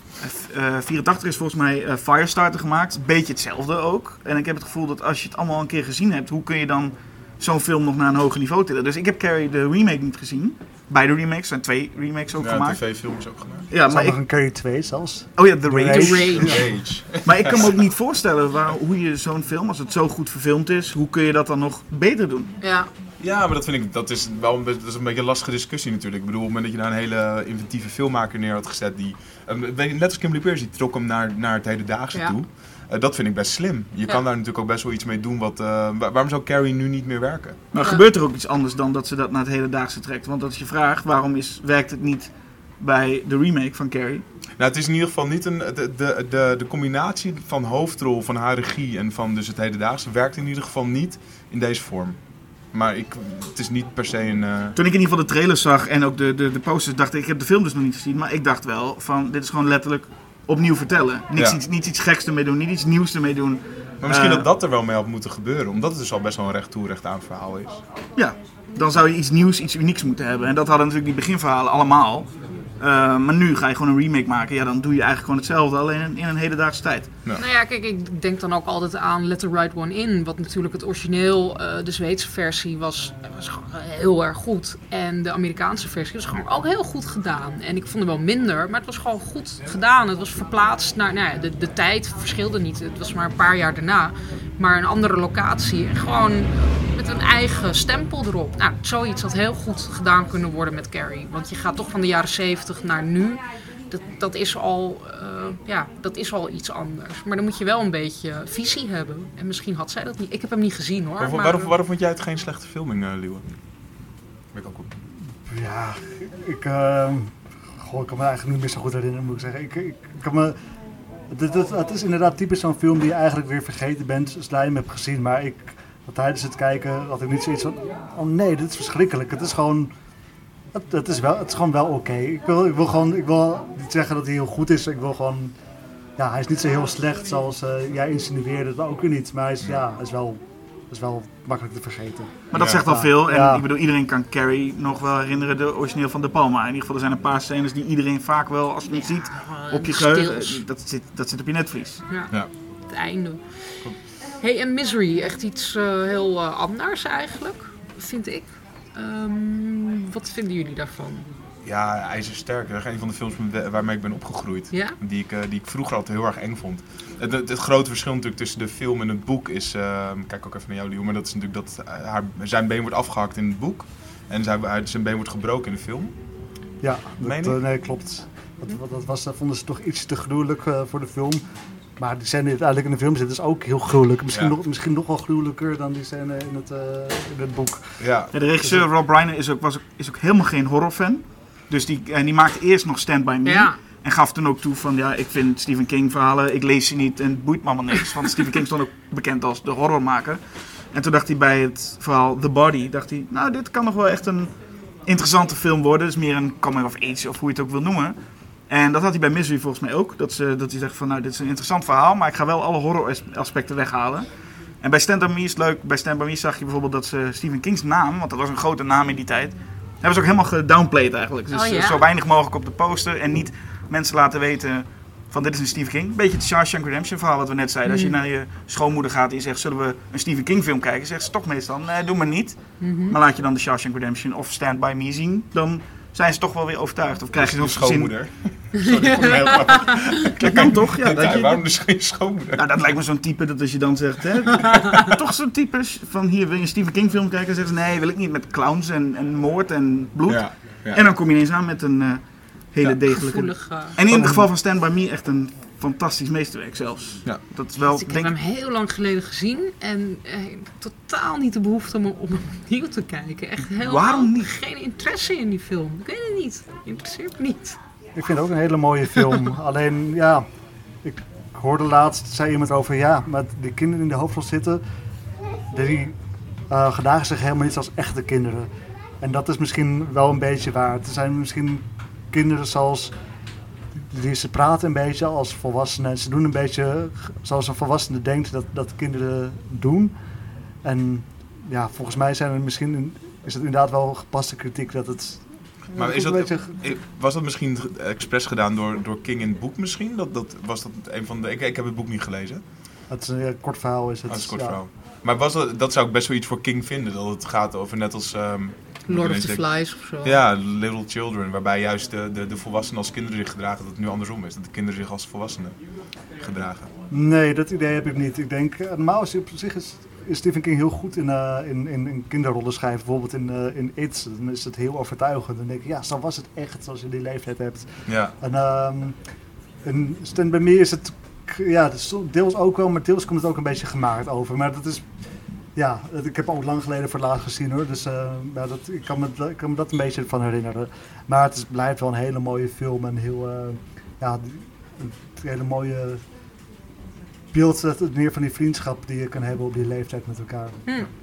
uh, vierentachtig is volgens mij uh, Firestarter gemaakt. Een beetje hetzelfde ook. En ik heb het gevoel dat als je het allemaal een keer gezien hebt, hoe kun je dan zo'n film nog naar een hoger niveau tillen? Dus ik heb Carrie de remake niet gezien. Beide remakes, zijn twee remakes ook ja, gemaakt. tv-films ook gemaakt. Ja, Er maar nog ik, een Carrie twee zelfs. oh ja, The Rage. Rage. The Rage. Age. Maar ik kan me ook niet voorstellen waar, hoe je zo'n film, als het zo goed verfilmd is, hoe kun je dat dan nog beter doen? Ja. Ja, maar dat vind ik, dat is wel een, be- dat is een beetje een lastige discussie natuurlijk. Ik bedoel, op het moment dat je daar een hele inventieve filmmaker neer had gezet, die, uh, weet je, net als Kimberly Peirce, die trok hem naar, naar het hedendaagse Ja. toe. Uh, dat vind ik best slim. Je Ja. kan daar natuurlijk ook best wel iets mee doen. Wat, uh, waar- waarom zou Carrie nu niet meer werken? Maar Ja. gebeurt er ook iets anders dan dat ze dat naar het hedendaagse trekt? Want als je vraagt, waarom is, werkt het niet bij de remake van Carrie? Nou, het is in ieder geval niet een. De, de, de, de combinatie van hoofdrol, van haar regie en van dus het hedendaagse werkt in ieder geval niet in deze vorm. Maar ik, het is niet per se een... Uh... Toen ik in ieder geval de trailers zag en ook de, de, de posters, dacht ik, ik heb de film dus nog niet gezien, maar ik dacht wel van, dit is gewoon letterlijk opnieuw vertellen. Niks, Ja. iets, niet iets geks ermee doen, niet iets nieuws ermee doen. Maar misschien Uh, dat dat er wel mee had moeten gebeuren, omdat het dus al best wel een recht toe recht aan verhaal is. Ja, dan zou je iets nieuws, iets unieks moeten hebben. En dat hadden natuurlijk die beginverhalen allemaal. Uh, maar nu ga je gewoon een remake maken. Ja, dan doe je eigenlijk gewoon hetzelfde, alleen in, in een hedendaagse tijd. Ja. Nou ja, kijk, ik denk dan ook altijd aan Let the Right One In. Wat natuurlijk het origineel, uh, de Zweedse versie, was, was gewoon heel erg goed. En de Amerikaanse versie was gewoon ook heel goed gedaan. En ik vond het wel minder, maar het was gewoon goed gedaan. Het was verplaatst naar, nou ja, de, de tijd verschilde niet. Het was maar een paar jaar daarna. Maar een andere locatie. En gewoon met een eigen stempel erop. Nou, zoiets had heel goed gedaan kunnen worden met Carrie. Want je gaat toch van de jaren zeventig naar nu. Dat, dat, is al, uh, ja, dat is al iets anders. Maar dan moet je wel een beetje visie hebben. En misschien had zij dat niet. Ik heb hem niet gezien hoor. Waarom, maar, waarom, waarom vond jij het geen slechte filming, uh, Liewe? Ben ik ook op. Ja, ik, uh, goh, ik kan me eigenlijk niet meer zo goed herinneren, moet ik zeggen. Ik, ik, ik kan me, het, het, het is inderdaad typisch zo'n film die je eigenlijk weer vergeten bent als je hem hebt gezien. Maar ik, tijdens het kijken had ik niet zoiets van, oh nee, dit is verschrikkelijk. Het is gewoon, het, het is, wel, het is gewoon wel oké. Okay. Ik, wil, ik wil gewoon, ik wil niet zeggen dat hij heel goed is. Ik wil gewoon, ja, hij is niet zo heel slecht zoals uh, jij insinueerde, dat ook weer niet. Maar hij is, ja, hij is wel... Dat is wel makkelijk te vergeten. Maar dat Ja. zegt al veel. En Ja. ik bedoel, iedereen kan Carrie nog wel herinneren, de origineel van De Palma. In ieder geval, er zijn een paar scènes die iedereen vaak wel, als je het ziet, op je geheugen, dat zit, dat zit op je netvlies. Ja, Ja. het einde. Hey, en Misery, echt iets uh, heel uh, anders eigenlijk, vind ik. Um, wat vinden jullie daarvan? Ja, IJzersterk. Dat is een van de films met- waarmee ik ben opgegroeid. Ja? Die ik, uh, die ik vroeger altijd heel erg eng vond. Het, het, het grote verschil natuurlijk tussen de film en het boek is... Uh, kijk ook even naar jou, Leo. Maar dat is natuurlijk dat uh, haar, zijn been wordt afgehakt in het boek. En zijn, zijn been wordt gebroken in de film. Ja, Meen dat, je? uh, nee, klopt. Dat, dat, was, dat vonden ze toch iets te gruwelijk uh, voor de film. Maar die scène die uiteindelijk in de film zit is ook heel gruwelijk. Misschien, Ja. nog, misschien nog wel gruwelijker dan die scène in het, uh, in het boek. Ja. Ja, de regisseur Rob Reiner is ook, was ook, is ook helemaal geen horrorfan. Dus die, en die maakte eerst nog Stand By Me. Ja. En gaf toen ook toe van, ja, ik vind Stephen King verhalen, ik lees ze niet en het boeit me allemaal niks. Want Stephen King stond ook bekend als de horrormaker. En toen dacht hij bij het verhaal The Body, dacht hij, nou, dit kan nog wel echt een interessante film worden. Het is meer een coming of age, of hoe je het ook wil noemen. En dat had hij bij Misery volgens mij ook. Dat, ze, dat hij zegt van, nou, dit is een interessant verhaal, maar ik ga wel alle horror aspecten weghalen. En bij Stand By Me is het leuk. Bij Stand By Me zag je bijvoorbeeld dat ze Stephen King's naam, want dat was een grote naam in die tijd, hebben ze ook helemaal gedownplayed eigenlijk. Dus Oh, ja? zo weinig mogelijk op de poster en niet mensen laten weten van dit is een Stephen King. Een beetje het Shawshank Redemption verhaal wat we net zeiden. Als je naar je schoonmoeder gaat en je zegt, zullen we een Stephen King film kijken? Zegt ze toch meestal, nee, doe maar niet. Mm-hmm. Maar laat je dan de Shawshank Redemption of Stand By Me zien, dan zijn ze toch wel weer overtuigd. Of krijg je Een zo'n gezin. schoonmoeder. Sorry, ik vond het heel grappig. Dat kan toch? Ja, dat Ja, je, waarom dus geen schoonmoeder? nou, dat lijkt me zo'n type dat als je dan zegt, hè, toch zo'n type van hier wil je een Stephen King film kijken, dan zeggen ze nee, wil ik niet met clowns en, en moord en bloed. Ja, ja. En dan kom je ineens aan met een uh, hele Ja. degelijke. Gevoelig. Uh, En in het geval van Stand By Me echt een fantastisch meesterwerk zelfs. Ja. Dat is wel, ik heb denk hem heel lang geleden gezien en eh, totaal niet de behoefte om, om hem opnieuw te kijken. Echt heel Waarom niet? Geen interesse in die film. Ik weet het niet. Interesseert me niet. Ik vind het ook een hele mooie film. Alleen, ja, ik hoorde laatst, zei iemand over, ja, met die kinderen in de hoofdrol zitten, die uh, gedragen zich helemaal niet als echte kinderen. En dat is misschien wel een beetje waar. Er zijn misschien kinderen zoals, die ze praten een beetje als volwassenen. Ze doen een beetje zoals een volwassene denkt dat, dat kinderen doen. En ja, volgens mij zijn er misschien, is het inderdaad wel gepaste kritiek dat het... Maar is een dat, beetje- was dat misschien expres gedaan door, door King in het boek misschien? Dat, dat, was dat een van de, ik, ik heb het boek niet gelezen. Het is een ja, kort verhaal is het. Dat is een kort ja. verhaal. Maar was dat, dat zou ik best wel iets voor King vinden. Dat het gaat over net als... Um, Lord of the Flies of zo. Ja, Little Children. Waarbij juist de, de, de volwassenen als kinderen zich gedragen. Dat het nu andersom is. Dat de kinderen zich als volwassenen gedragen. Nee, dat idee heb ik niet. Ik denk, uh, normaal is op zich is, is Stephen King heel goed in, uh, in, in, in kinderrollen schrijven. Bijvoorbeeld in, uh, in It, dan is het heel overtuigend. Dan denk ik, ja, zo was het echt als je die leeftijd hebt. Ja. En um, in Stand By Me is het, ja, het is deels ook wel, maar deels komt het ook een beetje gemaakt over. Maar dat is, ja, ik heb ook lang geleden voor het laatst gezien hoor. Dus uh, ja, dat, ik, kan me, ik kan me dat een beetje van herinneren. Maar het is, blijft wel een hele mooie film en heel, uh, ja, een hele mooie beeld meer van die vriendschap die je kan hebben op die leeftijd met elkaar. Hm.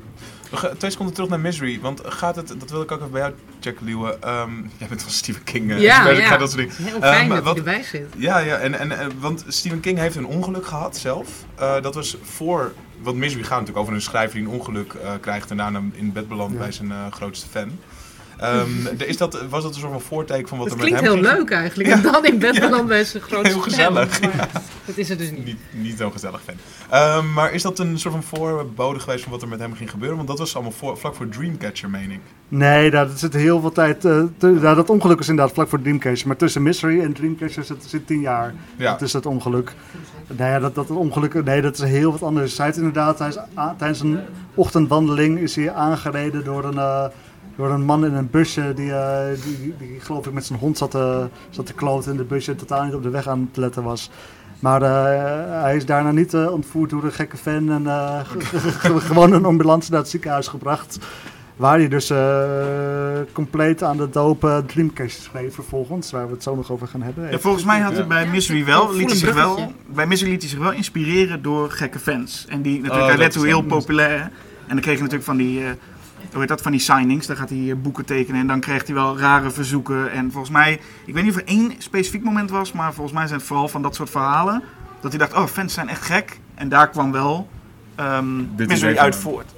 We gaan twee seconden terug naar Misery, want gaat het, dat wil ik ook even bij jou checken, Liewe. Um, jij bent van Stephen King. Uh, ja, ja. Dat soort dingen. Heel fijn um, dat wat, hij erbij zit. Ja, ja en, en, en, want Stephen King heeft een ongeluk gehad zelf. Uh, dat was voor, want Misery gaat natuurlijk over een schrijver die een ongeluk uh, krijgt en daarna in bed belandt ja. bij zijn uh, grootste fan. Um, is dat, was dat een soort van voorteken van wat het er met hem klinkt heel ging? leuk eigenlijk. Ja. En dan in bed ja. belandt bij zijn grootste heel gezellig. fan. Maar ja. Dat is het dus niet. Niet, niet zo'n gezellig fan. Um, maar is dat een soort van voorbode geweest van wat er met hem ging gebeuren? Want dat was allemaal voor, vlak voor Dreamcatcher, meen ik. Nee, daar zit heel veel tijd... Uh, te, nou, dat ongeluk is inderdaad vlak voor Dreamcatcher. Maar tussen Misery en Dreamcatcher zit, zit tien jaar. Ja. Dat is dat ongeluk. Nou ja, dat, dat ongeluk... Nee, dat is heel wat anders. Hij is inderdaad... Hij is a, tijdens een ochtendwandeling is hij aangereden door een... Uh, Door een man in een busje die, uh, die, die, die geloof ik met zijn hond zat te, zat te kloten in de busje en totaal niet op de weg aan het letten was. Maar uh, hij is daarna niet uh, ontvoerd door een gekke fan en uh, gewoon een ambulance naar het ziekenhuis gebracht. Waar hij dus uh, compleet aan de doop uh, Dreamcatcher schreef vervolgens, waar we het zo nog over gaan hebben. Ja, volgens mij had hij bij Misery wel, liet hij zich wel, bruggetje. bij Misery liet hij zich wel inspireren door gekke fans. En die natuurlijk, oh, hij werd toen heel hem. populair. En dan kreeg hij natuurlijk van die... Uh, Hoe heet dat, van die signings, dan gaat hij boeken tekenen en dan krijgt hij wel rare verzoeken. En volgens mij, ik weet niet of er één specifiek moment was, maar volgens mij zijn het vooral van dat soort verhalen. Dat hij dacht, oh, fans zijn echt gek. En daar kwam wel um, Misery uit voort.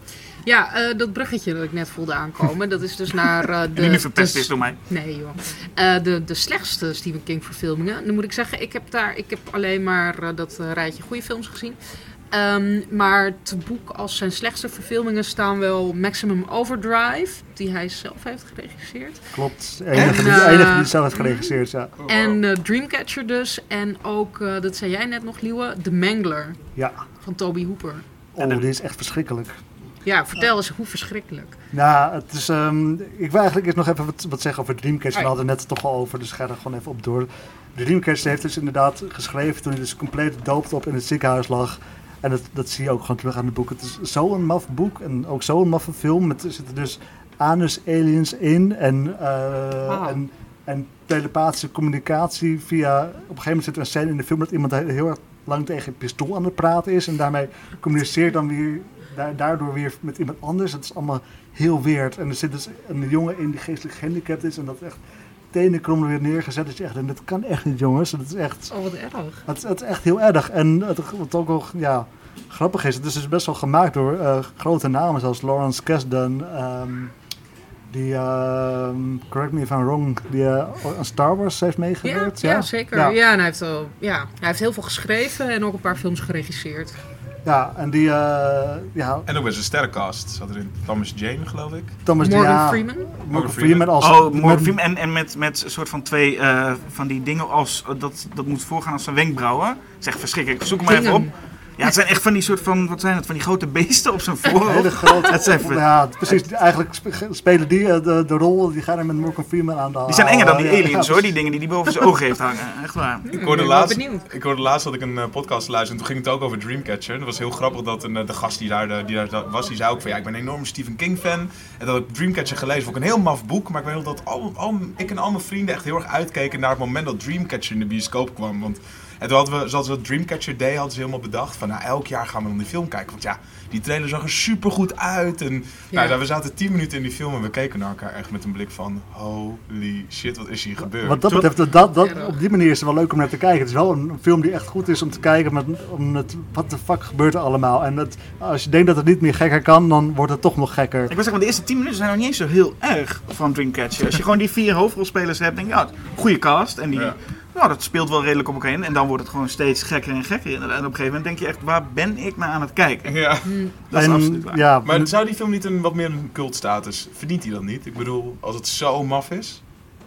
Ja, uh, dat bruggetje dat ik net voelde aankomen, dat is dus naar uh, de... En die nu verpest de, is door mij. Nee joh. Uh, de, de slechtste Stephen King verfilmingen. Nu moet ik zeggen, ik heb daar, ik heb alleen maar uh, dat uh, rijtje goede films gezien. Um, maar te boek als zijn slechtste verfilmingen staan wel Maximum Overdrive, die hij zelf heeft geregisseerd. Klopt, de enige, en, die, uh, enige die hij zelf heeft geregisseerd, ja. En uh, Dreamcatcher dus, en ook, uh, dat zei jij net nog, Liewe, The Mangler Ja. van Toby Hooper. Oh, die is echt verschrikkelijk. Ja, vertel eens hoe verschrikkelijk. Nou, het is, um, ik wil eigenlijk eerst nog even wat, wat zeggen over Dreamcatcher. We hadden het net toch al over, dus ga er gewoon even op door. Dreamcatcher heeft dus inderdaad geschreven toen hij dus compleet doopt op in het ziekenhuis lag. En dat, dat zie je ook gewoon terug aan het boek. Het is zo'n maf boek en ook zo'n maffe film. Met, er zitten dus anus-aliens in en, uh, wow. en, en telepathische communicatie via... Op een gegeven moment zit er een scène in de film dat iemand heel erg lang tegen een pistool aan het praten is. En daarmee communiceert dan weer, daardoor weer met iemand anders. Het is allemaal heel weird. En er zit dus een jongen in die geestelijk gehandicapt is en dat echt... tenenkrom weer neergezet. Dat je echt, en dat kan echt niet, jongens. Dat is echt... Oh, wat erg. Het, het is echt heel erg. En het, wat ook wel ja, grappig is, het is dus best wel gemaakt door uh, grote namen zoals Lawrence Kasdan, um, die, uh, correct me if I'm wrong, die uh, aan Star Wars heeft meegewerkt. Ja, ja? ja zeker. Ja. Ja, en hij heeft, al, ja, hij heeft heel veel geschreven en ook een paar films geregisseerd. Ja, en die... Uh, ja, en ook met zijn sterrencast zat er in Thomas Jane, geloof ik. Thomas Morgan ja, Freeman. Morgan, Morgan Freeman als... Oh, Morgan met, Freeman. En, en met, met een soort van twee uh, van die dingen als... Uh, dat, dat moet voorgaan als zijn wenkbrauwen. Dat is echt verschrikkelijk. Zoek hem maar even op. Ja, het zijn echt van die soort van... Wat zijn het? Van die grote beesten op zijn voorhoofd. Hele grote... het zijn ver... Ja, precies. Eigenlijk spelen die uh, de, de rol... Die gaan er met Morgan Freeman aan de Die zijn enger dan die uh, aliens, ja, hoor. Die dingen die hij boven zijn ogen heeft hangen. Echt waar. Ik hoorde, laatst, ik hoorde laatst dat ik een uh, podcast luisterde en toen ging het ook over Dreamcatcher. Dat was heel grappig dat een, uh, de gast die daar, de, die daar was, die zei ook van ja, ik ben een enorme Stephen King fan. En dat ik Dreamcatcher gelezen vond ik een heel maf boek, maar ik weet nog dat al, al, ik en al mijn vrienden echt heel erg uitkeken naar het moment dat Dreamcatcher in de bioscoop kwam. Want en toen hadden we, zoals we Dreamcatcher Day hadden ze helemaal bedacht van nou, elk jaar gaan we dan die film kijken. Want ja, die trailer zag er super goed uit. En ja. nou, we zaten tien minuten in die film en we keken naar elkaar echt met een blik van holy shit, wat is hier gebeurd. Wat dat betreft, dat, dat, dat, op die manier is het wel leuk om naar te kijken. Het is wel een film die echt goed is om te kijken met, om het, wat de fuck gebeurt er allemaal. En dat, als je denkt dat het niet meer gekker kan, dan wordt het toch nog gekker. Ik wil zeggen, de eerste tien minuten zijn nog niet eens zo heel erg van Dreamcatcher. Als je gewoon die vier hoofdrolspelers hebt, denk je, ja, goede cast. En die... Ja. Nou, dat speelt wel redelijk op elkaar in. En dan wordt het gewoon steeds gekker en gekker. En op een gegeven moment denk je echt, waar ben ik naar aan het kijken? Ja. Dat is en, absoluut waar. Ja, maar zou die film niet een wat meer een cultstatus? Verdient hij dat niet? Ik bedoel, als het zo maf is?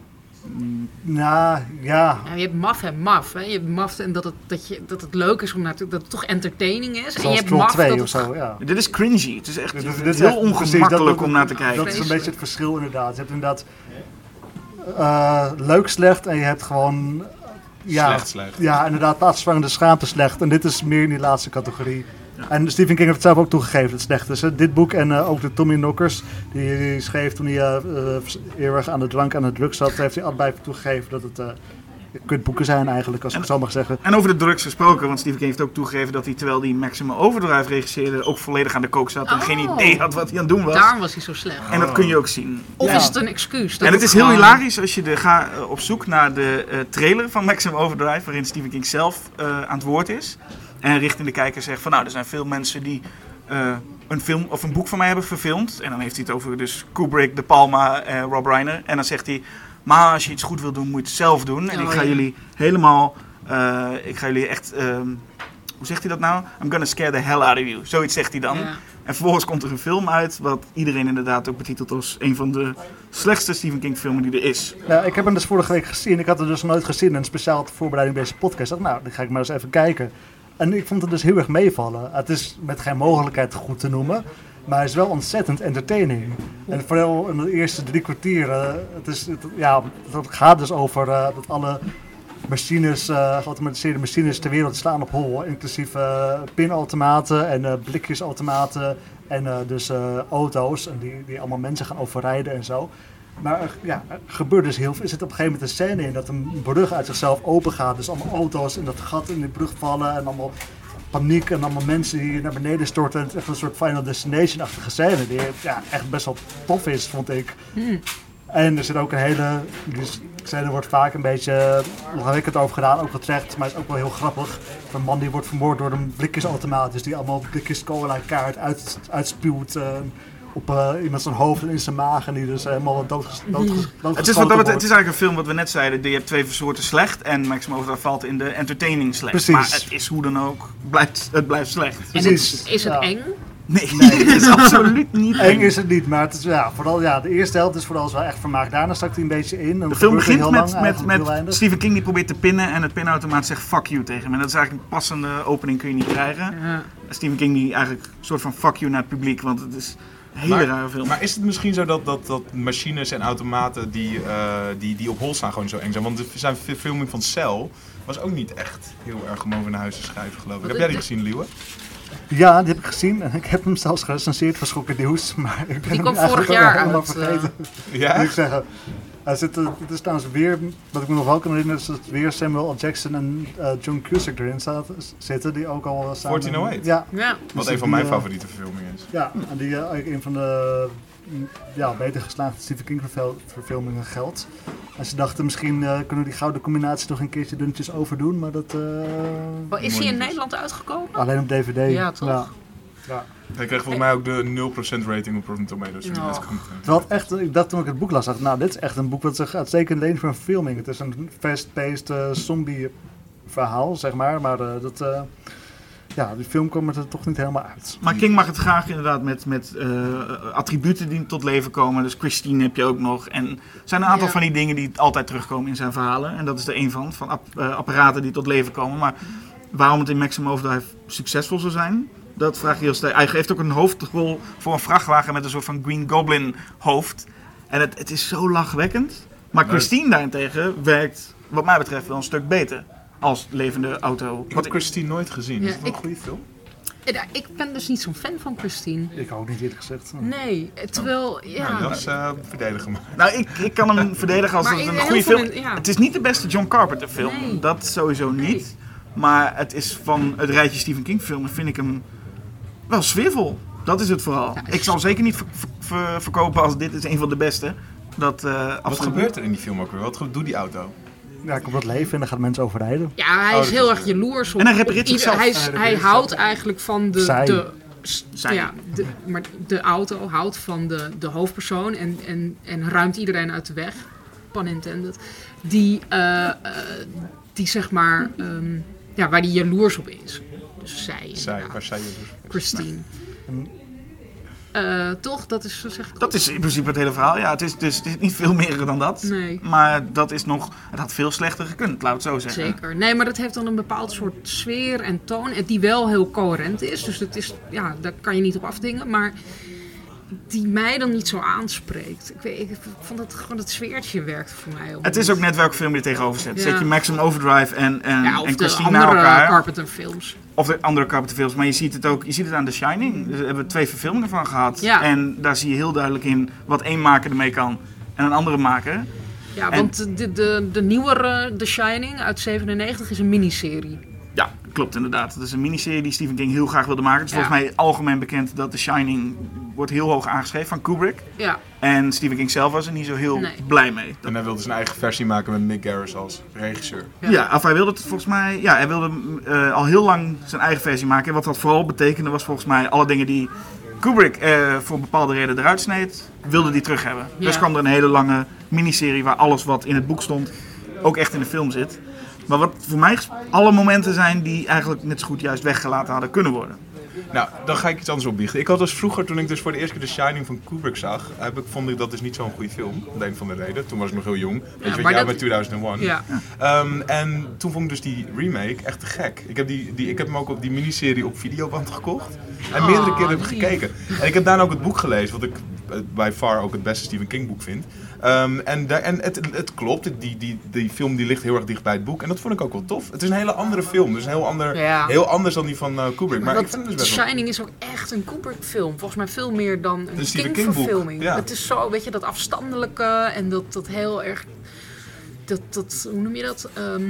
Nou, ja. ja. Je hebt maf en maf. Hè. Je hebt maf en dat het, dat, je, dat het leuk is om naar te, dat het toch entertaining is. Zoals en je hebt maf twee dat of zo, ja. Dit is cringy. Het is echt dit, dit, dit dit is heel echt, ongemakkelijk precies, dat, om naar te kijken. Dat is een beetje het verschil inderdaad. Je hebt inderdaad uh, leuk slecht en je hebt gewoon... Ja, slecht, slecht. Ja, inderdaad, plaatsvervangende schaamte slecht. En dit is meer in die laatste categorie. Ja. En Stephen King heeft het zelf ook toegegeven dat het slecht is. Hè? Dit boek en uh, ook de Tommy Knockers, die, die schreef toen hij uh, uh, eeuwig aan de drank en de drugs zat, heeft hij allebei toegegeven dat het uh, kutboeken zijn eigenlijk, als ik En- het zo mag zeggen. En over de drugs gesproken, want Stephen King heeft ook toegegeven dat hij, terwijl hij Maximum Overdrive regisseerde, ook volledig aan de kook zat en Oh. geen idee had wat hij aan het doen was. Daarom was hij zo slecht. En dat kun je ook zien. Of Ja. is het een excuus? Dat En het is gewoon- heel hilarisch als je de, ga uh, op zoek naar de uh, trailer van Maximum Overdrive, waarin Stephen King zelf uh, aan het woord is. En richting de kijker zegt van nou, er zijn veel mensen die uh, een film of een boek van mij hebben verfilmd. En dan heeft hij het over dus Kubrick, De Palma, uh, Rob Reiner. En dan zegt hij, maar als je iets goed wil doen, moet je het zelf doen. En Oh, ik ga ja. jullie helemaal, uh, ik ga jullie echt, um, hoe zegt hij dat nou? I'm gonna scare the hell out of you. Zoiets zegt hij dan. Ja. En vervolgens komt er een film uit, wat iedereen inderdaad ook betitelt als een van de slechtste Stephen King filmen die er is. Ja, ik heb hem dus vorige week gezien. Ik had het dus nooit gezien. En speciaal ter voorbereiding bij deze podcast. Ik dacht, nou, dan ga ik maar eens even kijken. En ik vond het dus heel erg meevallen. Het is met geen mogelijkheid goed te noemen. Maar het is wel ontzettend entertaining. En vooral in de eerste drie kwartier. uh, het, is, het, ja, het gaat dus over uh, dat alle machines, uh, geautomatiseerde machines ter wereld slaan op hol. Inclusief uh, pinautomaten en uh, blikjesautomaten. En uh, dus uh, auto's. En die, die allemaal mensen gaan overrijden en zo. Maar er- ja, er gebeurt dus heel veel. Er zit op een gegeven moment een scène in dat een brug uit zichzelf open gaat. Dus allemaal auto's in dat gat in de brug vallen. En allemaal paniek en allemaal mensen die naar beneden storten. En het is echt een soort Final Destination-achtige scène. Die ja, echt best wel tof is, vond ik. En er zit ook een hele... Die scène wordt vaak een beetje lachwekkend over gedaan. Ook terecht, maar is ook wel heel grappig. Een man die wordt vermoord door een blikjesautomaat. Dus die allemaal blikjes cola kaart uit, uitspuwt... uh, op uh, iemand zijn hoofd en in zijn maag. En die dus helemaal doodges- doodges- doodgeschoten Het is, wat dat, betreft- wordt. het is eigenlijk een film wat we net zeiden. Je hebt twee soorten slecht en Maximum Overdrive valt in de entertaining slecht. Precies. Maar het is hoe dan ook, blijft, het blijft slecht. En het, Precies, is het ja. eng? Nee, het is absoluut niet Eng eng. is het niet, maar het is, ja, vooral, ja, de eerste helft is vooral wel echt vermaakt. Daarna stak hij een beetje in. De film begint met, met, met Stephen King die probeert te pinnen en het pinautomaat zegt fuck you tegen hem. En dat is eigenlijk een passende opening, kun je niet krijgen. Ja. Stephen King die eigenlijk een soort van fuck you naar het publiek, want het is een hele Maar- rare film. Maar is het misschien zo dat, dat, dat machines en automaten die, eh, die, die op hol staan gewoon zo eng zijn? Want de zijn filming van Cell was ook niet echt heel erg om over naar huis te schrijven, geloof ik. Wat Heb jij is- die gezien, Liewe? Ja, die heb ik gezien. En ik heb hem zelfs gerecenseerd voor Schokken Nieuws. Maar ik ben Die hem kwam eigenlijk vorig jaar helemaal uit, vergeten. Ja? Moet ik zeggen. Hij zit, eh, het is trouwens weer, wat ik me nog wel kan herinneren, is dat weer Samuel L. Jackson en eh, John Cusack erin staat, zitten, die ook al samen... fourteen oh eight? Ja, Ja. Wat Dus een van die, mijn eh, favoriete verfilmingen is. ja, en die eh, eigenlijk een van de mm, ja, beter geslaagde Stephen King vervel- verfilmingen geldt. En ze dachten misschien eh, kunnen we die gouden combinatie nog een keertje dunnetjes overdoen, maar dat... eh, Oh, is hij in Nederland uitgekomen? alleen op D V D. Ja, toch? Ja. Ja. Hij kreeg volgens mij ook de nul procent rating op Rotten Tomatoes. toen die Oh. uitkwam. Terwijl het echt, ik dacht toen ik het boek las, dacht ik, nou, dit is echt een boek wat zich uitstekend leent voor een filming. Het is een fast-paced uh, zombie verhaal, zeg maar, maar uh, dat, uh, ja, die film kwam er toch niet helemaal uit. Maar King mag het graag inderdaad met, met uh, attributen die tot leven komen. Dus Christine heb je ook nog. En er zijn een aantal Ja. van die dingen die altijd terugkomen in zijn verhalen. En dat is er een van, van app, uh, apparaten die tot leven komen. Maar waarom het in Maximum Overdrive succesvol zou zijn, dat vraag je heel sterk. Hij geeft ook een hoofdrol voor een vrachtwagen met een soort van Green Goblin hoofd. En het, het is zo lachwekkend. Maar Maar- Christine daarentegen werkt, wat mij betreft, wel een stuk beter als levende auto. Ik Wat heb Christine nooit gezien. Ja, is het wel ik- een goede film? Ja, ik ben dus niet zo'n fan van Christine. Ik ook niet eerlijk gezegd. Nee, terwijl, Ja, ja... dat is uh, verdedigen maar. Nou, ik, ik kan hem verdedigen als Maar het in een heel goede veel film. in- ja. Het is niet de beste John Carpenter film. Nee. Dat sowieso niet. Nee. Maar het is van het rijtje Stephen King filmen vind ik hem wel sfeervol. Dat is het vooral. Ja, Ik zal zeker niet ver- ver- verkopen als dit is een van de beste. Dat, uh, Wat absoluut. gebeurt er in die film ook weer? Wat ge- doet die auto? Ja, ik op dat leven en dan gaan mensen overrijden. Ja, hij Oh, is dat heel is- erg jaloers op... En hij op repareert ieder- zichzelf. Hij, is- Hij hij repareert houdt zichzelf. eigenlijk van de... Zij. de s- Zij. Ja, de, maar de auto houdt van de, de hoofdpersoon en, en, en ruimt iedereen uit de weg. Pun intended. Die, eh, eh, die zeg maar... ehm, ja, waar die jaloers op is. Dus zij, Zij, inderdaad. waar zij je dus. Christine. Eh, toch? Dat is, zeg ik Dat is in principe het hele verhaal. Ja, het is, dus, het is niet veel meer dan dat. Nee. Maar dat is nog... Het had veel slechter gekund, laat het zo zeggen. Zeker. Nee, maar dat heeft dan een bepaald soort sfeer en toon. En die wel heel coherent is. Dus het is, ja, daar kan je niet op afdingen. Maar die mij dan niet zo aanspreekt. Ik, weet, ik vond dat gewoon het sfeertje werkt voor mij. op Het is ook net welke film je er tegenover zet. Ja. Zet je Maximum Overdrive en, en, ja, of en de Christine naar andere elkaar. Carpenter films. Of de andere Carpenter films, maar je ziet het ook, je ziet het aan The Shining. Daar hebben we twee verfilmingen van gehad. Ja. En daar zie je heel duidelijk in wat één maker ermee kan en een andere maker. Ja, En- want de, de, de nieuwere The Shining uit zevenennegentig is een miniserie. Ja, klopt inderdaad. Dat is een miniserie die Stephen King heel graag wilde maken. Het is Ja. volgens mij algemeen bekend dat The Shining wordt heel hoog aangeschreven van Kubrick. Ja, En Stephen King zelf was er niet zo heel Nee. blij mee. En hij wilde zijn eigen versie maken met Mick Garris als regisseur. Ja. Ja, of hij wilde het volgens mij. Ja, hij wilde eh, al heel lang zijn eigen versie maken. En wat dat vooral betekende was volgens mij alle dingen die Kubrick eh, voor een bepaalde reden eruit sneed, wilde die terug hebben. Ja. Dus kwam er een hele lange miniserie waar alles wat in het boek stond ook echt in de film zit. Maar wat voor mij ges- alle momenten zijn die eigenlijk net zo goed juist weggelaten hadden kunnen worden. Nou, dan ga ik iets anders opbiechten. Ik had dus vroeger, toen ik dus voor de eerste keer The Shining van Kubrick zag, heb ik, vond ik dat dus niet zo'n goede film. Om een van de reden. Toen was ik nog heel jong. Weet je wat maar jij dat- met tweeduizend één. ja. Ehm, en toen vond ik dus die remake echt te gek. Ik heb, die, die, ik heb hem ook op die miniserie op videoband gekocht. En meerdere Oh, keren heb ik lief. gekeken. En ik heb daarna ook het boek gelezen, wat ik eh, by far ook het beste Stephen King boek vind. Ehm, en da- en het, het klopt, die, die, die film die ligt heel erg dicht bij het boek. En dat vond ik ook wel tof. Het is een hele andere film. Dus een heel, ander, Ja. heel anders dan die van eh, Kubrick. Maar Want ik vind het The dus best wel... Shining is ook echt een Kubrick-film. Volgens mij veel meer dan een Een Stephen King boek, King-verfilming. ja. Het is zo, weet je, dat afstandelijke en dat, dat heel erg... Dat, dat, hoe noem je dat? Ehm,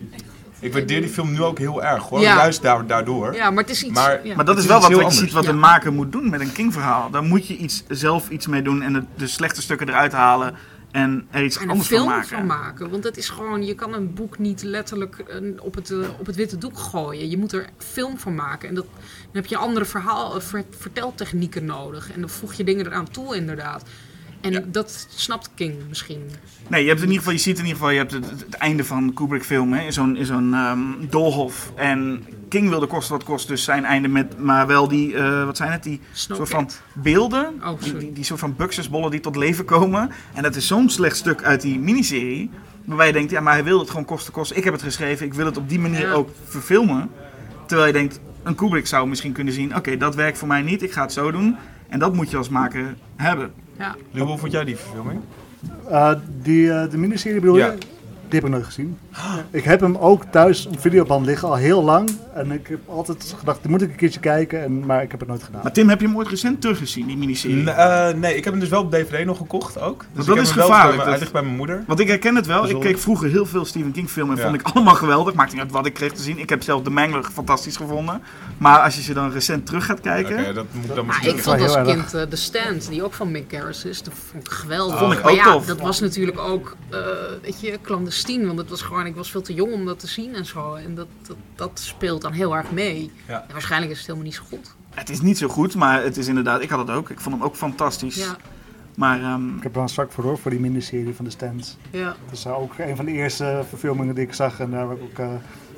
Ik waardeer die film nu ook heel erg hoor. Ja. Juist daar, daardoor. ja, maar het is iets... Maar- ja. Maar dat Het is is wel iets wat heel je ziet anders. wat Ja. een maker moet doen met een King-verhaal. Dan moet je iets, zelf iets mee doen en de, de slechte stukken eruit halen en er iets En een anders film van maken. van maken. Want het is gewoon, je kan een boek niet letterlijk eh, op het, eh, op het witte doek gooien. Je moet er film van maken. En dat, dan heb je andere verhaal, eh, ver- verteltechnieken nodig. En dan voeg je dingen eraan toe inderdaad. En Ja. dat snapt King misschien. Nee, je hebt in ieder geval, je ziet in ieder geval, je hebt het, het, het einde van Kubrick film, hè, in zo'n, in zo'n ehm, doolhof. En King wilde kosten wat kost, dus zijn einde met, maar wel die, eh, wat zijn het, die Snow soort van Cat. beelden, Oh, die, sorry. die, die soort van buxusbollen die tot leven komen. En dat is zo'n slecht stuk uit die miniserie, waarbij je denkt, ja, maar hij wil het gewoon kosten kosten. Ik heb het geschreven, ik wil het op die manier Ja. ook verfilmen. Terwijl je denkt, een Kubrick zou misschien kunnen zien, oké, dat werkt voor mij niet, ik ga het zo doen. En dat moet je als maker hebben. Ja. Lou, hoe vond jij die verfilming? Uh, die, uh, de miniserie bedoel Ja. je? Die heb ik nooit gezien. Ik heb hem ook thuis op videoband liggen al heel lang. En ik heb altijd gedacht, die moet ik een keertje kijken. En, maar ik heb het nooit gedaan. Maar Tim, heb je hem ooit recent teruggezien, die miniserie? N- eh, nee, ik heb hem dus wel op D V D nog gekocht ook. Dus dat ik heb is hem wel gevaarlijk, bij mijn- Hij dat- ligt bij mijn moeder. Want ik herken het wel. Ik Zo. keek vroeger heel veel Stephen King filmen en Ja. vond ik allemaal geweldig. Maakt niet uit wat ik kreeg te zien. Ik heb zelf The Mangler fantastisch gevonden. Maar als je ze dan recent terug gaat kijken... Oké, dat moet ik dan Maar misschien... ik is vond wel als heel kind eh, The Stand, die ook van Mick Garris is, dat vond ik geweldig. Vond ik maar ook ja, tof. dat was natuurlijk ook, eh, weet je, clandestien. Want het was gewoon, ik was veel te jong om dat te zien en zo. En dat, dat, dat speelt dan heel erg mee. Ja. En waarschijnlijk is het helemaal niet zo goed. Het is niet zo goed, maar het is inderdaad... Ik had het ook. Ik vond hem ook fantastisch. Ja, Maar ehm, Ik heb er wel een zwak voor hoor, voor die miniserie van de Stand. ja. Dat is ook een van de eerste verfilmingen die ik zag. En daar was ik ook uh,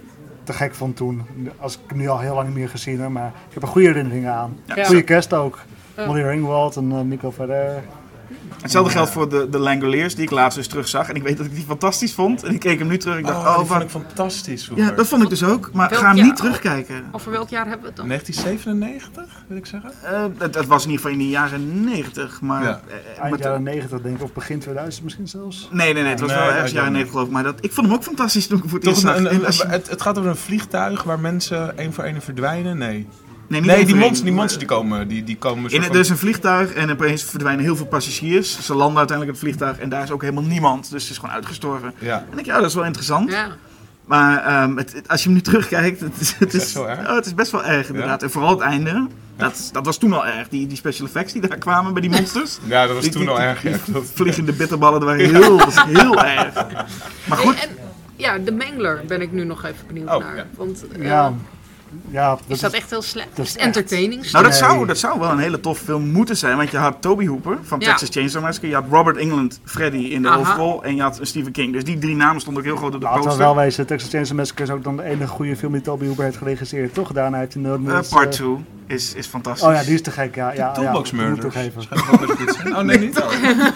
te gek van toen. Als ik hem nu al heel lang niet meer gezien heb. Maar ik heb er goede herinneringen aan. Ja. Goede kerst ook. Ja. Molly Ringwald en uh, Nico Ferrer. hetzelfde geldt voor de, de Langoliers, die ik laatst dus terugzag. En ik weet dat ik die fantastisch vond. En ik keek hem nu terug en ik dacht, Oh, oh, die wat... vond ik fantastisch vroeger. Ja, dat vond ik dus ook. Maar Welk ga hem jaar? niet terugkijken. Over welk jaar hebben we het dan? negentien zevenennegentig, wil ik zeggen. Eh, het, het was in ieder geval in de jaren negentig. Maar, Ja. eh, Eind met- jaren negentig denk ik. Of begin tweeduizend misschien zelfs. Nee, nee, nee. Het was Nee, wel uit ergens jaren jaren negentig geloof ik. Maar dat, ik vond hem ook fantastisch toen ik hem voor het Toch eerst zag. een, een- En als je- het, het gaat over een vliegtuig waar mensen één voor één verdwijnen? Nee. nee, niet Nee, die, overheen. monsters, die monsters die komen. Die, die komen In, soort er van- is een vliegtuig en opeens verdwijnen heel veel passagiers. Ze landen uiteindelijk op het vliegtuig en daar is ook helemaal niemand. Dus het is gewoon uitgestorven. Ja. En ik denk, ja, dat is wel interessant. Ja. Maar ehm, het, het- als je hem nu terugkijkt, het is, het Is is, dat zo erg? oh, het is best wel erg inderdaad. En vooral het einde, dat, dat was toen al erg. Die, die special effects die daar kwamen bij die monsters. Ja, dat was Die- toen die- al die- erg. Ja. die vliegende bitterballen, dat waren heel, dat was heel erg. Maar goed, En, en, ja, de Mangler ben ik nu nog even benieuwd Oh, naar. ja. Want, eh, Ja, ja dat is dat echt heel slecht? dat Is is het entertaining? nou, dat Nee. zou, dat zou wel een hele tof film moeten zijn. Want je had Toby Hooper van Ja. Texas Chainsaw Massacre. Je had Robert Englund, Freddy in de Aha. hoofdrol. En je had Stephen King. Dus die drie namen stonden ook heel groot op de Laten we poster. wel wezen, Texas Chainsaw Massacre is ook dan de enige goede film die Toby Hooper heeft geregeerd. Toch? Daarna heeft hij nooit meer... Eh, eens, part eh, twee is, is fantastisch. Oh ja, die is te gek. Ja, ja, Toolbox ja, dat moet ik Murders. even. Schijnt ook best goed zijn. Oh nee, niet. Oh.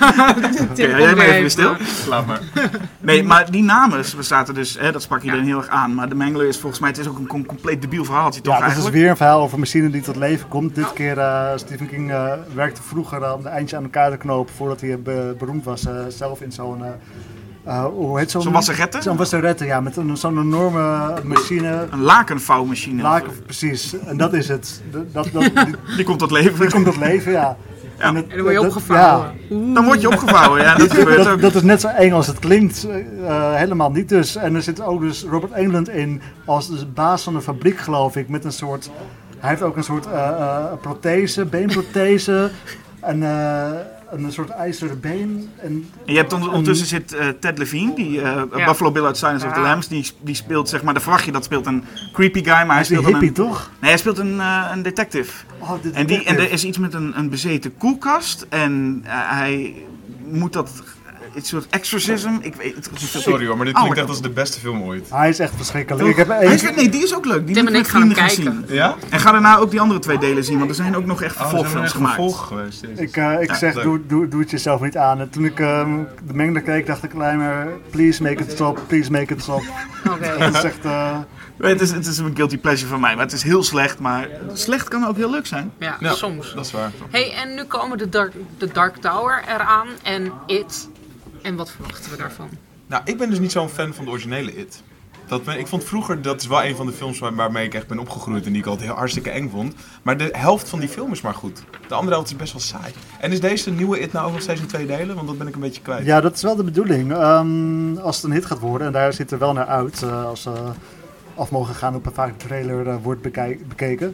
Oké, jij maar even weer stil. Laat maar. Nee, maar die namen zaten dus, hè, dat sprak iedereen heel erg aan. Maar de Mangler is volgens mij, het is ook een com- compleet debiel verhaaltje toch Ja, dit is eigenlijk? weer een verhaal over een machine die tot leven komt. Dit keer, uh, Stephen King uh, werkte vroeger uh, om de eindje aan elkaar te knopen voordat hij be- beroemd was. Uh, zelf in zo'n, uh, uh, hoe heet zo'n... Zo'n wasserette? Zo'n wasserette, ja, met een, zo'n enorme machine. Een lakenvouwmachine. Laken, precies. En dat is het. Dat, dat, dat, die, Die komt tot leven. die komt tot leven, ja. En, het, En dan word je dat- opgevouwen. ja, Dan word je opgevouwen, ja. Dat gebeurt dat, ook. dat is net zo eng als het klinkt. Uh, helemaal niet dus. En er zit ook dus Robert Englund in als de baas van een fabriek, geloof ik. Met een soort... Hij heeft ook een soort uh, uh, prothese, beenprothese. En uh, een soort ijzeren been. En, En je hebt on- ondertussen zit uh, Ted Levine, die uh, Ja. Buffalo Bill uit Silence of the Ja. Lambs. Die, die speelt, zeg maar, de verwacht je, dat speelt een creepy guy, maar hij hij is die speelt dan hippie, een... toch? Nee, hij speelt een, uh, een detective. Oh, de En, die, en detective. er is iets met een, een bezeten koelkast. En uh, hij moet dat... Een soort exorcism. Ik weet het niet. Sorry hoor, maar dit Oh, klinkt maar- echt als de beste film ooit. Hij is echt verschrikkelijk. Toch? Ik heb Hij één is- nee, die is ook leuk. Die Tim moet en ik ik met gaan hem vrienden gaan kijken. zien. Ja? En ga daarna ook die andere twee delen zien, want er zijn ook nog echt Oh, er zijn vervolgfilms echt gemaakt. vervolg geweest. Jezus. Ik, uh, ik Ja, zeg, leuk. doe, doe, doe het jezelf niet aan. En toen ik uh, de mengde keek, dacht ik alleen maar... Please make it stop, please make it stop. Oké. Dat is echt... Uh, Het is, het is een guilty pleasure van mij, maar het is heel slecht. Maar slecht kan ook heel leuk zijn. Ja, Ja, soms. dat is waar. Hey, en nu komen de Dark, de Dark Tower eraan en It. En wat verwachten we daarvan? Nou, ik ben dus niet zo'n fan van de originele It. Dat ben, ik vond vroeger, dat is wel een van de films waar, waarmee ik echt ben opgegroeid en die ik altijd heel hartstikke eng vond. Maar de helft van die film is maar goed. De andere helft is best wel saai. En is deze nieuwe It nou ook nog steeds in twee delen? Want dat ben ik een beetje kwijt. ja, dat is wel de bedoeling. Um, als het een hit gaat worden, en daar zit er wel naar uit... Uh, als ze af mogen gaan op een vaak trailer uh, wordt bekijk, bekeken...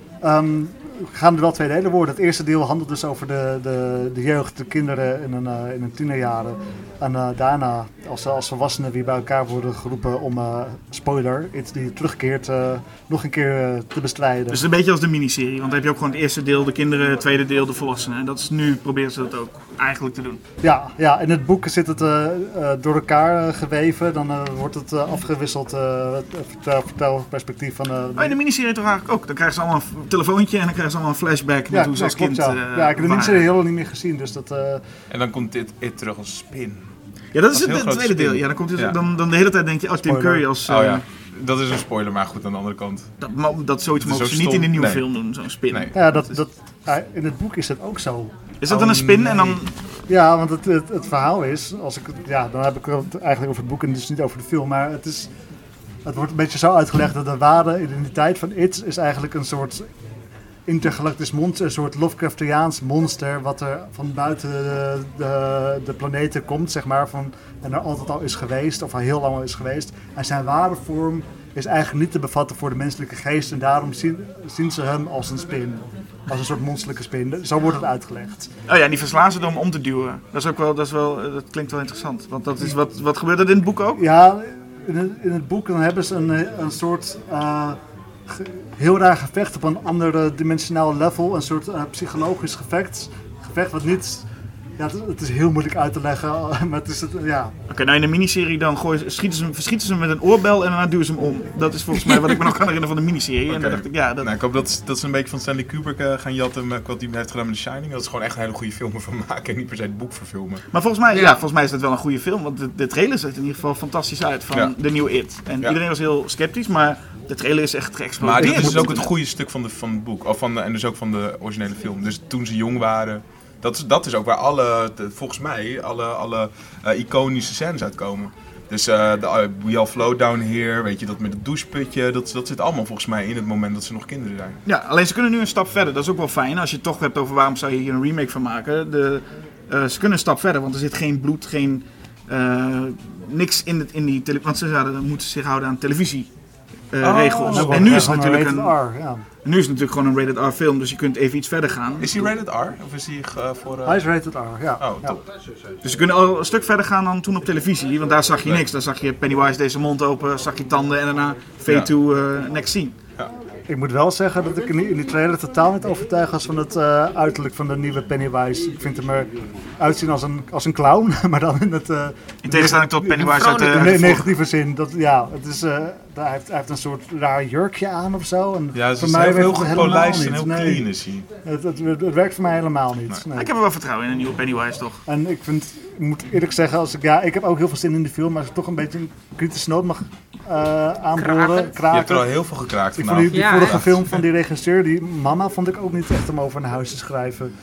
Um, gaan er wel twee delen worden. Het eerste deel handelt dus over de, de, de jeugd, de kinderen in hun, uh, in hun tienerjaren. En uh, daarna, als ze als volwassenen weer bij elkaar worden geroepen om, uh, spoiler, iets die terugkeert, uh, nog een keer uh, te bestrijden. Dus een beetje als de miniserie, want dan heb je ook gewoon het eerste deel de kinderen, het tweede deel de volwassenen. En dat is nu, proberen ze dat ook eigenlijk te doen. Ja, ja, in het boek zit het uh, uh, door elkaar uh, geweven. Dan uh, wordt het uh, afgewisseld, uh, het vertel, vertelperspectief van... Uh, Oh, in de miniserie toch eigenlijk ook. Dan krijgen ze allemaal een telefoontje en dan krijgen ze allemaal een flashback met ja, hoe ze ja, als kind klopt, ja. uh, ja, ik heb de waren. miniserie heel lang niet meer gezien, dus dat... Uh, En dan komt dit It terug als spin. Ja, dat is Dat is het, heel het groot tweede deel. spin. Ja, dan, komt het, Ja. dan, dan de hele tijd denk je, oh, Tim Spoiler. Curry als... uh, Oh ja, dat is een spoiler, maar goed aan de andere kant. dat, mo- dat zoiets Het is mogen zo ze niet in de stom. nieuwe Nee. film doen, zo'n spin. Nee. ja, dat, dat, uh, in het boek is het ook zo. Is dat Oh, dan een spin nee. en dan... Ja, want het, het, het verhaal is, als ik, het- ja, dan heb ik het eigenlijk over het boek en dus niet over de film, maar het is, het wordt een beetje zo uitgelegd dat de ware identiteit van It is eigenlijk een soort intergalactisch monster, een soort Lovecraftiaans monster wat er van buiten de, de, de planeten komt, zeg maar, van, en er altijd al is geweest, of al heel lang al is geweest. En zijn ware vorm is eigenlijk niet te bevatten voor de menselijke geest en daarom zien, zien ze hem als een spin. Als een soort monsterlijke spin. Zo wordt het uitgelegd. Oh ja, en die verslaan ze door hem om te duwen. Dat is ook wel, dat is wel, dat klinkt wel interessant. Want dat is wat, wat gebeurt er in het boek ook? Ja, in het, in het boek dan hebben ze een, een soort uh, ge- heel raar gevecht op een andere dimensionaal level. Een soort uh, psychologisch gevecht. Gevecht wat niet... Ja, het, het is heel moeilijk uit te leggen, maar het is het, ja. Oké, nou in de miniserie dan gooien, schieten ze, hem- verschieten ze hem met een oorbel en daarna duwen ze hem om. Dat is volgens mij wat ik me nog kan herinneren van de miniserie. En Oké. dan dacht ik, ja, dat... Nou, ik hoop dat, dat ze een beetje van Stanley Kubrick uh, gaan jatten met wat hij heeft gedaan met The Shining. Dat is gewoon echt een hele goede film van maken en niet per se het boek verfilmen. Maar volgens mij, ja. Ja. volgens mij is dat wel een goede film, want de, de trailer ziet er in ieder geval fantastisch uit van Ja. de nieuwe It. En Ja. iedereen was heel sceptisch, maar de trailer is echt geëxplodeerd. Maar dit is dus ook het goede. goede stuk van, de, van het boek. Of van de, en dus ook van de originele film. Dus toen ze jong waren. Dat is, dat is ook waar alle, de- volgens mij, alle, alle uh, iconische scènes uitkomen. Dus uh, de, uh, We All Float Down Here, weet je, dat met het doucheputje. Dat, dat zit allemaal volgens mij in het moment dat ze nog kinderen zijn. Ja, alleen ze kunnen nu een stap verder. Dat is ook wel fijn. Als je het toch hebt over waarom zou je hier een remake van maken. De, uh, ze kunnen een stap verder, want er zit geen bloed, geen... Uh, niks in, het, in die tele... Want ze zouden moeten zich houden aan televisie. Uh, Oh, regels. dat En nu is het Gewoon natuurlijk een, rated R, ja. nu is het natuurlijk gewoon een rated R film, dus je kunt even iets verder gaan. Is die rated R? Of is die uh, voor... Uh... Hij is rated R, ja. Oh, ja. top. Dus ze kunnen al een stuk verder gaan dan toen op televisie, want daar zag je niks. Daar zag je Pennywise deze mond open, zag je tanden en daarna fade Ja. to uh, next scene. Ik moet wel zeggen dat ik in die, in die trailer totaal niet overtuigd was van het uh, uiterlijk van de nieuwe Pennywise. Ik vind hem er uitzien als een, als een clown, maar dan in het... Uh, In tegenstelling tot Pennywise uit de, in uit de de vorige- negatieve zin. Dat, ja, het is, uh, hij, heeft, hij heeft een soort raar jurkje aan of zo. En Ja, ze voor is mij heel, heel werkt het helemaal gepolijst en niet. heel Nee. clean is hij. Het, het, het, het werkt voor mij helemaal niet. Nee. Ik heb er wel vertrouwen in een nieuwe Pennywise toch? En ik vind, ik moet eerlijk zeggen, als ik, ja, ik heb ook heel veel zin in die film, maar als ik toch een beetje een kritische noot mag uh, aanboren, Kraken. Je hebt er kraken. al heel veel gekraakt Ik vond vanavond. die, die Ja, vorige ja. film van die regisseur, die Mama, vond ik ook niet echt om over naar huis te schrijven.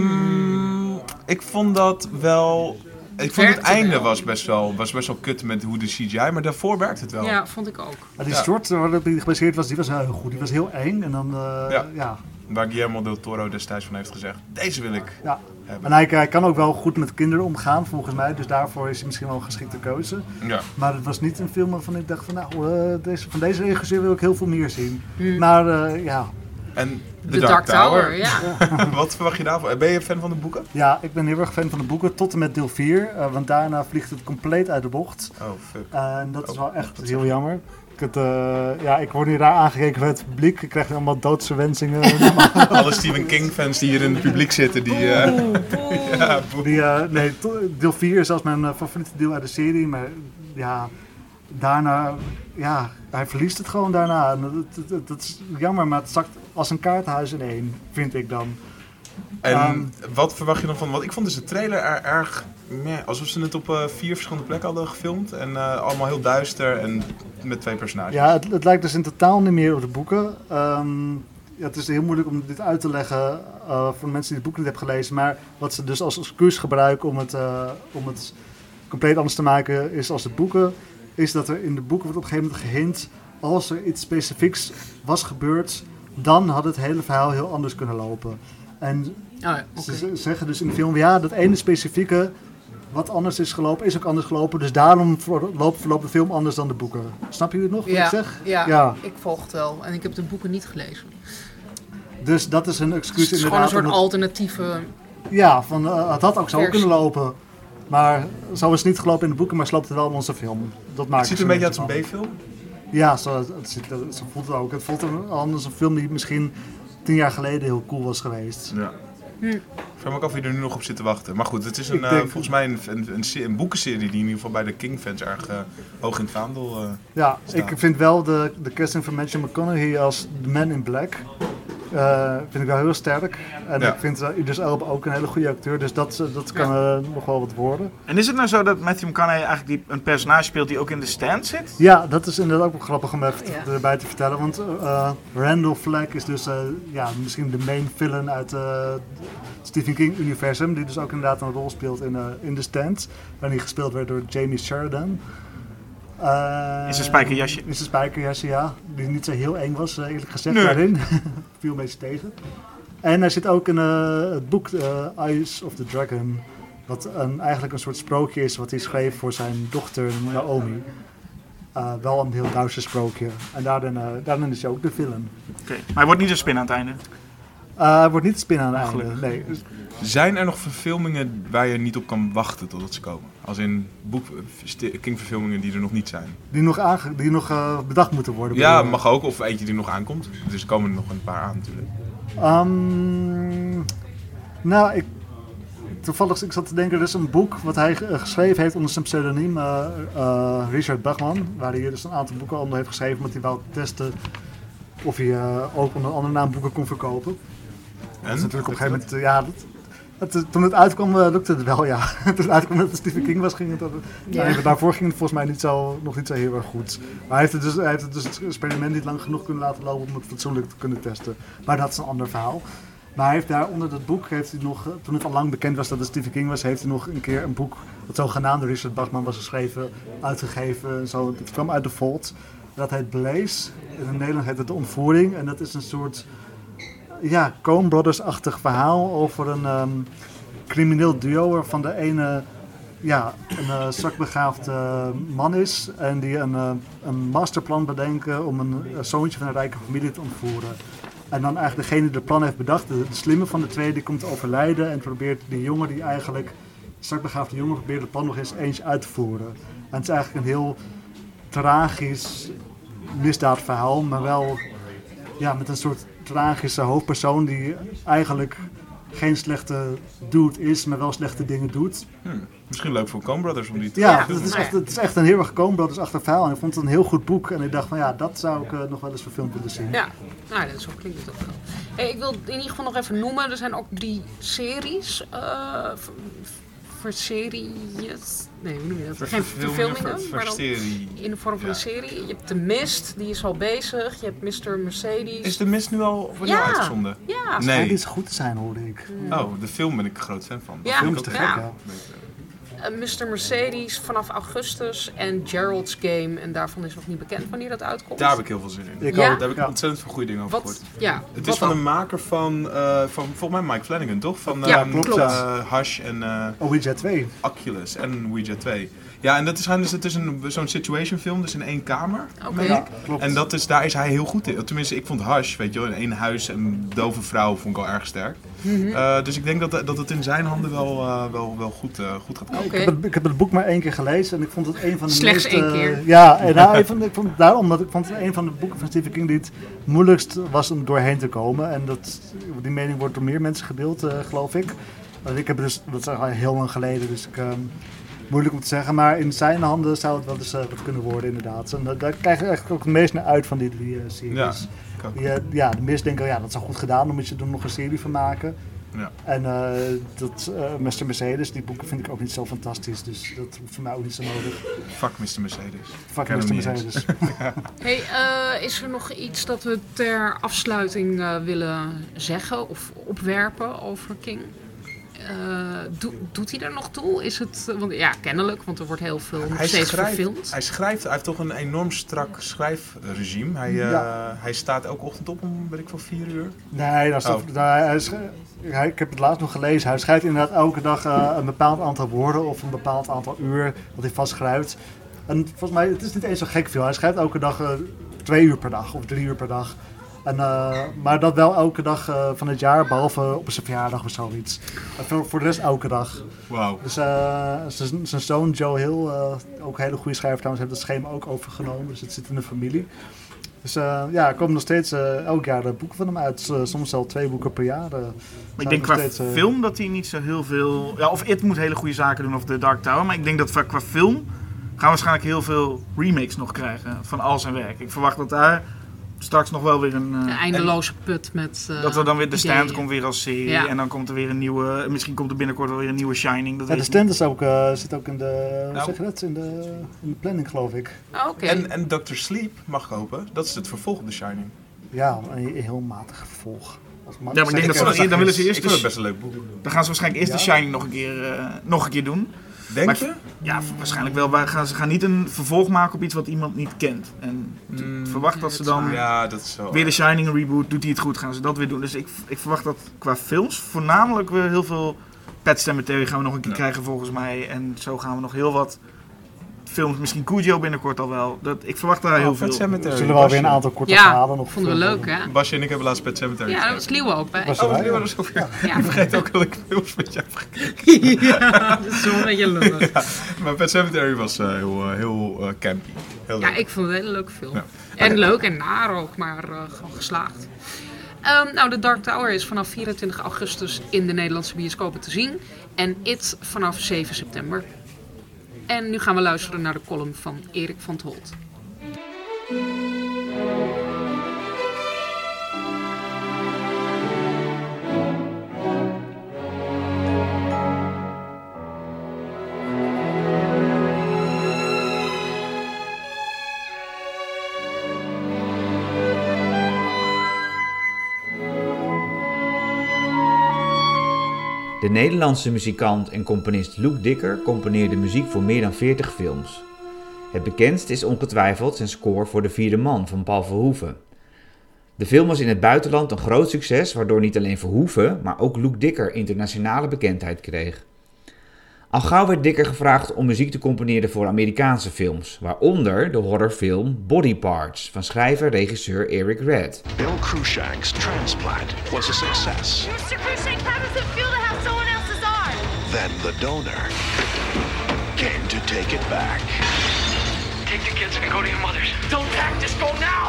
Mm, ik vond dat wel... Ik vond het Werkte einde wel. was best wel, was best wel kut met hoe de C G I, maar daarvoor werkt het wel. Ja, vond ik ook. Maar die Ja. short waarop die gebaseerd was, die was heel goed. Die was heel eng en dan, uh, Ja. ja. Waar Guillermo del Toro destijds van heeft gezegd, deze wil ik Ja. hebben. En hij, hij kan ook wel goed met kinderen omgaan, volgens mij. Dus daarvoor is hij misschien wel een geschikte keuze. Ja. Maar het was niet een film waarvan ik dacht van, nou, uh, deze, van deze regisseur wil ik heel veel meer zien. Hmm. Maar uh, ja, En The, The Dark, Dark Tower. Tower, ja. Wat verwacht je daarvan? Ben je fan van de boeken? ja, ik ben heel erg fan van de boeken tot en met deel vier. Uh, want daarna vliegt het compleet uit de bocht. Oh, fuck. Uh, en dat is Oh, wel echt dat heel jammer. Ik, het, uh, ja, ik word nu raar aangekeken bij het publiek. Ik krijg allemaal doodse wensingen. Alle Stephen King fans die hier in het publiek zitten, die... uh, ja, boe. Die, uh, nee, to- deel vier is zelfs mijn uh, favoriete deel uit de serie. Maar ja, daarna... Ja, hij verliest het gewoon daarna. En dat, dat, dat, dat is jammer, maar het zakt als een kaartenhuis in één, vind ik dan. En Um, wat verwacht je dan van? Want ik vond dus de trailer er, erg... Meh, alsof ze het op uh, vier verschillende plekken hadden gefilmd. En uh, allemaal heel duister en met twee personages. Ja, het, het lijkt dus in totaal niet meer op de boeken. Um, ja, het is heel moeilijk om dit uit te leggen uh, voor de mensen die het boek niet hebben gelezen. Maar wat ze dus als excuus gebruiken om het, uh, om het compleet anders te maken is als de boeken, is dat er in de boeken wordt op een gegeven moment gehint, als er iets specifieks was gebeurd, dan had het hele verhaal heel anders kunnen lopen. En Oh, ja, oké. ze z- zeggen dus in de film, ja, dat ene specifieke wat anders is gelopen, is ook anders gelopen. Dus daarom verloopt, verloopt de film anders dan de boeken. Snap je het nog wat Ja, ik zeg? ja, Ja. ik volg het wel. En ik heb de boeken niet gelezen. Dus dat is een excuus Dus het is gewoon een inderdaad. soort omdat- alternatieve... Ja, van, uh, het had ook zo Versie. kunnen lopen. Maar zo is het niet gelopen in de boeken, maar sloopt het wel in onze film. Dat maakt Het ziet er een beetje uit als een B-film. Ja, zo, het ziet, er- zo voelt het ook. Het voelt er anders een film die misschien tien jaar geleden heel cool was geweest. Ja. Hm. Ik vraag me ook af wie er nu nog op zit te wachten. Maar goed, het is een, Ik uh, denk- volgens mij een, een, een, se- een boekenserie die in ieder geval bij de King-fans erg uh, hoog in het vaandel... Uh, Ja, Staan. ik vind wel de, de casting van Matthew McConaughey als The Man in Black. Uh, vind ik wel heel sterk. En Ja. ik vind uh, Idris Elba ook een hele goede acteur. Dus dat, uh, dat kan uh, nog wel wat worden. En is het nou zo dat Matthew McConaughey eigenlijk die, een personage speelt die ook in de Stand zit? Ja, dat is inderdaad ook wel grappig om even Ja. erbij te vertellen. Want uh, Randall Flagg is dus uh, ja, misschien de main villain uit uh, het Stephen King universum. Die dus ook inderdaad een rol speelt in, uh, in The Stand. Waarin hij gespeeld werd door Jamie Sheridan. Uh, In zijn spijkerjasje. In zijn spijkerjasje, ja. Die niet zo heel eng was, uh, eerlijk gezegd, Nee. daarin. Viel een beetje tegen. En hij zit ook in uh, het boek uh, Eyes of the Dragon. Wat een, eigenlijk een soort sprookje is wat hij schreef voor zijn dochter Naomi. Uh, wel een heel duister sprookje. En daarin, uh, daarin is hij ook de villain. Oké, maar hij wordt niet een spin aan het einde. Uh, hij wordt niet de spin aan het einde. Gelukkig. Nee. Zijn er nog verfilmingen waar je niet op kan wachten totdat ze komen? Als in boek, King-verfilmingen die er nog niet zijn. Die nog, aange- die nog uh, bedacht moeten worden. Ja, bedoel je? mag ook. Of eentje die nog aankomt. Dus er komen er nog een paar aan natuurlijk. Um, nou, ik, toevallig ik zat te denken, er is een boek wat hij uh, geschreven heeft onder zijn pseudoniem, uh, uh, Richard Bachman, waar hij dus een aantal boeken onder heeft geschreven, omdat hij wou testen of hij uh, ook onder een andere naam boeken kon verkopen. En? Dat is natuurlijk op een gegeven moment, uh, ja, dat, dat, toen het uitkwam uh, lukte het wel, ja. Toen het uitkwam dat het Stephen King was, ging het, Ja. nee, daarvoor ging het volgens mij niet zo, nog niet zo heel erg goed. Maar hij heeft, het dus, hij heeft het dus het experiment niet lang genoeg kunnen laten lopen om het fatsoenlijk te kunnen testen. Maar dat is een ander verhaal. Maar hij heeft daar onder dat boek, heeft hij nog, toen het al lang bekend was dat het Stephen King was, heeft hij nog een keer een boek, dat zogenaamd door Richard Bachman was geschreven, uitgegeven. Zo, het kwam uit de Vault. Dat heet Blaze. In Nederland heet het De Ontvoering. En dat is een soort, ja, Coen Brothers-achtig verhaal over een um, crimineel duo waarvan de ene, ja, een uh, zwakbegaafd uh, man is en die een, uh, een masterplan bedenken om een, een zoontje van een rijke familie te ontvoeren. En dan eigenlijk degene die het plan heeft bedacht, de, de slimme van de twee, die komt te overlijden en probeert die jongen die eigenlijk, zwakbegaafde jongen, probeert het plan nog eens eens uit te voeren. En het is eigenlijk een heel tragisch misdaadverhaal, maar wel ja, met een soort tragische hoofdpersoon die eigenlijk geen slechte dude is, maar wel slechte dingen doet. Hmm. Misschien leuk voor Coen Brothers om die te Ja, doen. het is, echt, het is echt een heel erg Coen Brothers-achtig verhaal. En ik vond het een heel goed boek. En ik dacht van ja, dat zou ik uh, nog wel eens verfilmd willen zien. Ja, nou, dat zo klinkt het ook wel. Hey, ik wil in ieder geval nog even noemen, er zijn ook drie series. Uh, voor series. Nee, hoe noem je dat? Geen verfilmingen, ver- maar dan verserie. in de vorm van Ja. een serie. Je hebt The Mist, die is al bezig. Je hebt mister Mercedes. Is de Mist nu al voor Ja. jou uitgezonden? Ja, Nee. Nee. Dit is goed te zijn, hoorde ik. Oh, de film ben ik een groot fan van. Ja. De film is te gek, Ja. hè? Uh, mister Mercedes vanaf augustus en Gerald's Game. En daarvan is nog niet bekend wanneer dat uitkomt. Daar heb ik heel veel zin in. Ik Ja? ook. Daar heb ik Ja. ontzettend veel goede dingen over Wat? gehoord. Ja, Het wat is van dan? de maker van, uh, van volgens mij Mike Flanagan, toch? Van Ja, uh, klopt. uh, Hush en uh, Ouija twee. Oculus en Ouija twee. Ja, en dat is, dus, het is een, zo'n situation film, dus in één kamer. Oké. meen Ja, ik. klopt. En dat is, daar is hij heel goed in. Tenminste, ik vond Hush, weet je wel, in één huis en een dove vrouw vond ik al erg sterk. Mhm. Uh, dus ik denk dat, dat het in zijn handen wel, uh, wel, wel goed, uh, goed gaat komen. Oké. Ik heb, het, ik heb het boek maar één keer gelezen en ik vond het een van de Slechts meest... één eh, keer. Ja, en nou, ik vond, ik vond het daarom dat ik vond het een van de boeken van Stephen King die het moeilijkst was om doorheen te komen. En dat, die mening wordt door meer mensen gedeeld, uh, geloof ik. Want ik heb het dus, dat is al heel lang geleden, dus ik... Um, moeilijk om te zeggen, maar in zijn handen zou het wel eens uh, wat kunnen worden inderdaad. En uh, daar krijg je eigenlijk ook het meest naar uit van die drie uh, series. Ja, ik ook. Die, uh, ja, de meesten denken, ja, dat is al goed gedaan, dan moet je er nog een serie van maken. Ja. En uh, dat uh, mister Mercedes, die boeken vind ik ook niet zo fantastisch, dus dat hoeft voor mij ook niet zo nodig. Fuck mister Mercedes. Fuck Ken mister hem niet Mercedes. Hey, uh, is er nog iets dat we ter afsluiting uh, willen zeggen of opwerpen over King? Uh, do, doet hij er nog toe? Is het, uh, want, ja, kennelijk, want er wordt heel veel nog Hij steeds schrijft, verfilmd. hij schrijft, hij heeft toch een enorm strak schrijfregime. Hij, uh, Ja. hij staat elke ochtend op om, weet ik veel, vier uur. Nee, dat is Oh. toch, nou, hij sch- hij, ik heb het laatst nog gelezen. Hij schrijft inderdaad elke dag uh, een bepaald aantal woorden of een bepaald aantal uur dat hij vast schrijft. En volgens mij, het is niet eens zo gek veel. Hij schrijft elke dag uh, twee uur per dag of drie uur per dag. En, uh, maar dat wel elke dag uh, van het jaar, behalve op zijn verjaardag of zoiets. En voor, voor de rest elke dag. Wauw. Dus uh, zijn- zijn zoon Joe Hill, uh, ook een hele goede schrijver trouwens, heeft het schema ook overgenomen. Dus het zit in de familie. Dus uh, ja, er komen nog steeds uh, elk jaar de boeken van hem uit. Uh, soms al twee boeken per jaar. Uh, Maar ik zijn denk nog qua steeds, uh, film dat hij niet zo heel veel... Ja, of It moet hele goede zaken doen of The Dark Tower. Maar ik denk dat qua film gaan we waarschijnlijk heel veel remakes nog krijgen van al zijn werk. Ik verwacht dat daar straks nog wel weer een... Een Uh, eindeloze put met uh, dat er dan weer The Stand ideeën. komt weer als serie. Ja. En dan komt er weer een nieuwe... Misschien komt er binnenkort wel weer een nieuwe Shining. Dat Ja, weet de ik niet. stand is ook, uh, zit ook in de, hoe Nou. zeg je dat? In de, in de planning, geloof ik. Oh, Oké. En, en doctor Sleep, mag ik hopen, dat is het vervolg op The Shining. Ja, een heel matig vervolg. Als man- Ja, maar ik denk dat ze zeg dan, dan willen ze Ik eerst... vind het Dus, best een leuk boek. dan gaan ze waarschijnlijk eerst Ja. The Shining nog een keer, uh, nog een keer doen. Denk Maar- je? Ja, waarschijnlijk wel. Maar gaan, ze gaan niet een vervolg maken op iets wat iemand niet kent. En ik Mm, verwacht ja, dat ze dat is dan... waar. Ja, dat is zo. Weer de Shining een reboot, doet hij het goed, gaan ze dat weer doen. Dus ik, ik verwacht dat qua films voornamelijk weer heel veel Pet Sematary gaan we nog een keer Ja. krijgen volgens mij. En zo gaan we nog heel wat films, misschien Cujo binnenkort al wel. Dat, ik verwacht daar heel Oh, Pet veel. Sematary. Er zullen wel weer een aantal korte Ja, verhalen nog. vonden we leuk, hè? Basje en ik hebben laatst Pet Sematary Ja, daar was Liewe ook bij. Was Oh, erbij, die ja. waren zo ver. Ja. Ik vergeet ook welke films met jou vergeten. Ja, dat is wel een beetje lullig. Maar Pet Sematary was uh, heel, uh, heel uh, campy. Heel Ja, leuk. ik vond het een hele leuke film. Ja. En leuk en naar ook, maar uh, gewoon geslaagd. Um, nou, The Dark Tower is vanaf vierentwintig augustus in de Nederlandse bioscopen te zien. En It vanaf zeven september. En nu gaan we luisteren naar de column van Erik van 't Holt. De Nederlandse muzikant en componist Luc Dicker componeerde muziek voor meer dan veertig films. Het bekendst is ongetwijfeld zijn score voor De Vierde Man van Paul Verhoeven. De film was in het buitenland een groot succes, waardoor niet alleen Verhoeven, maar ook Luc Dicker internationale bekendheid kreeg. Al gauw werd Dicker gevraagd om muziek te componeren voor Amerikaanse films, waaronder de horrorfilm Body Parts van schrijver-regisseur Eric Red. Bill Cruikshank's transplant was a success. Mister Cruikshank, how does it feel to have someone else's arm? Then the donor came to take it back. Take the kids and go to your mother's. Don't act, just go now!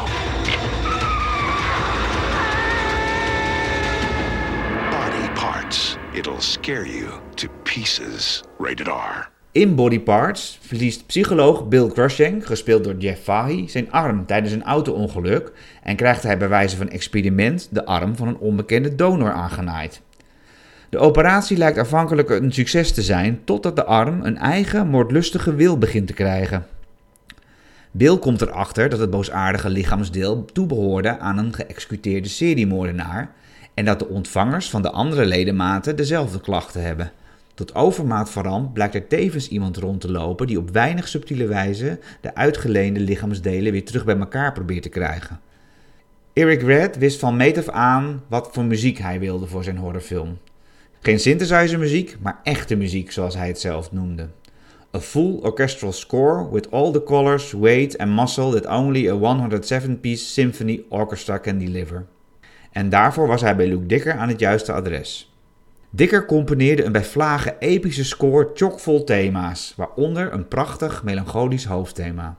Body Parts. It'll scare you to pieces. Rated R. In Body Parts verliest psycholoog Bill Cruikshank, gespeeld door Jeff Fahey, zijn arm tijdens een auto-ongeluk en krijgt hij bij wijze van experiment de arm van een onbekende donor aangenaaid. De operatie lijkt aanvankelijk een succes te zijn, totdat de arm een eigen moordlustige wil begint te krijgen. Bill komt erachter dat het boosaardige lichaamsdeel toebehoorde aan een geëxecuteerde seriemoordenaar en dat de ontvangers van de andere ledematen dezelfde klachten hebben. Tot overmaat van ramp blijkt er tevens iemand rond te lopen die op weinig subtiele wijze de uitgeleende lichaamsdelen weer terug bij elkaar probeert te krijgen. Eric Red wist van meet af aan wat voor muziek hij wilde voor zijn horrorfilm. Geen synthesizer muziek, maar echte muziek zoals hij het zelf noemde. A full orchestral score with all the colors, weight and muscle that only a honderdzeven piece symphony orchestra can deliver. En daarvoor was hij bij Luke Dicker aan het juiste adres. Dicker componeerde een bij vlagen epische score chockvol thema's, waaronder een prachtig melancholisch hoofdthema.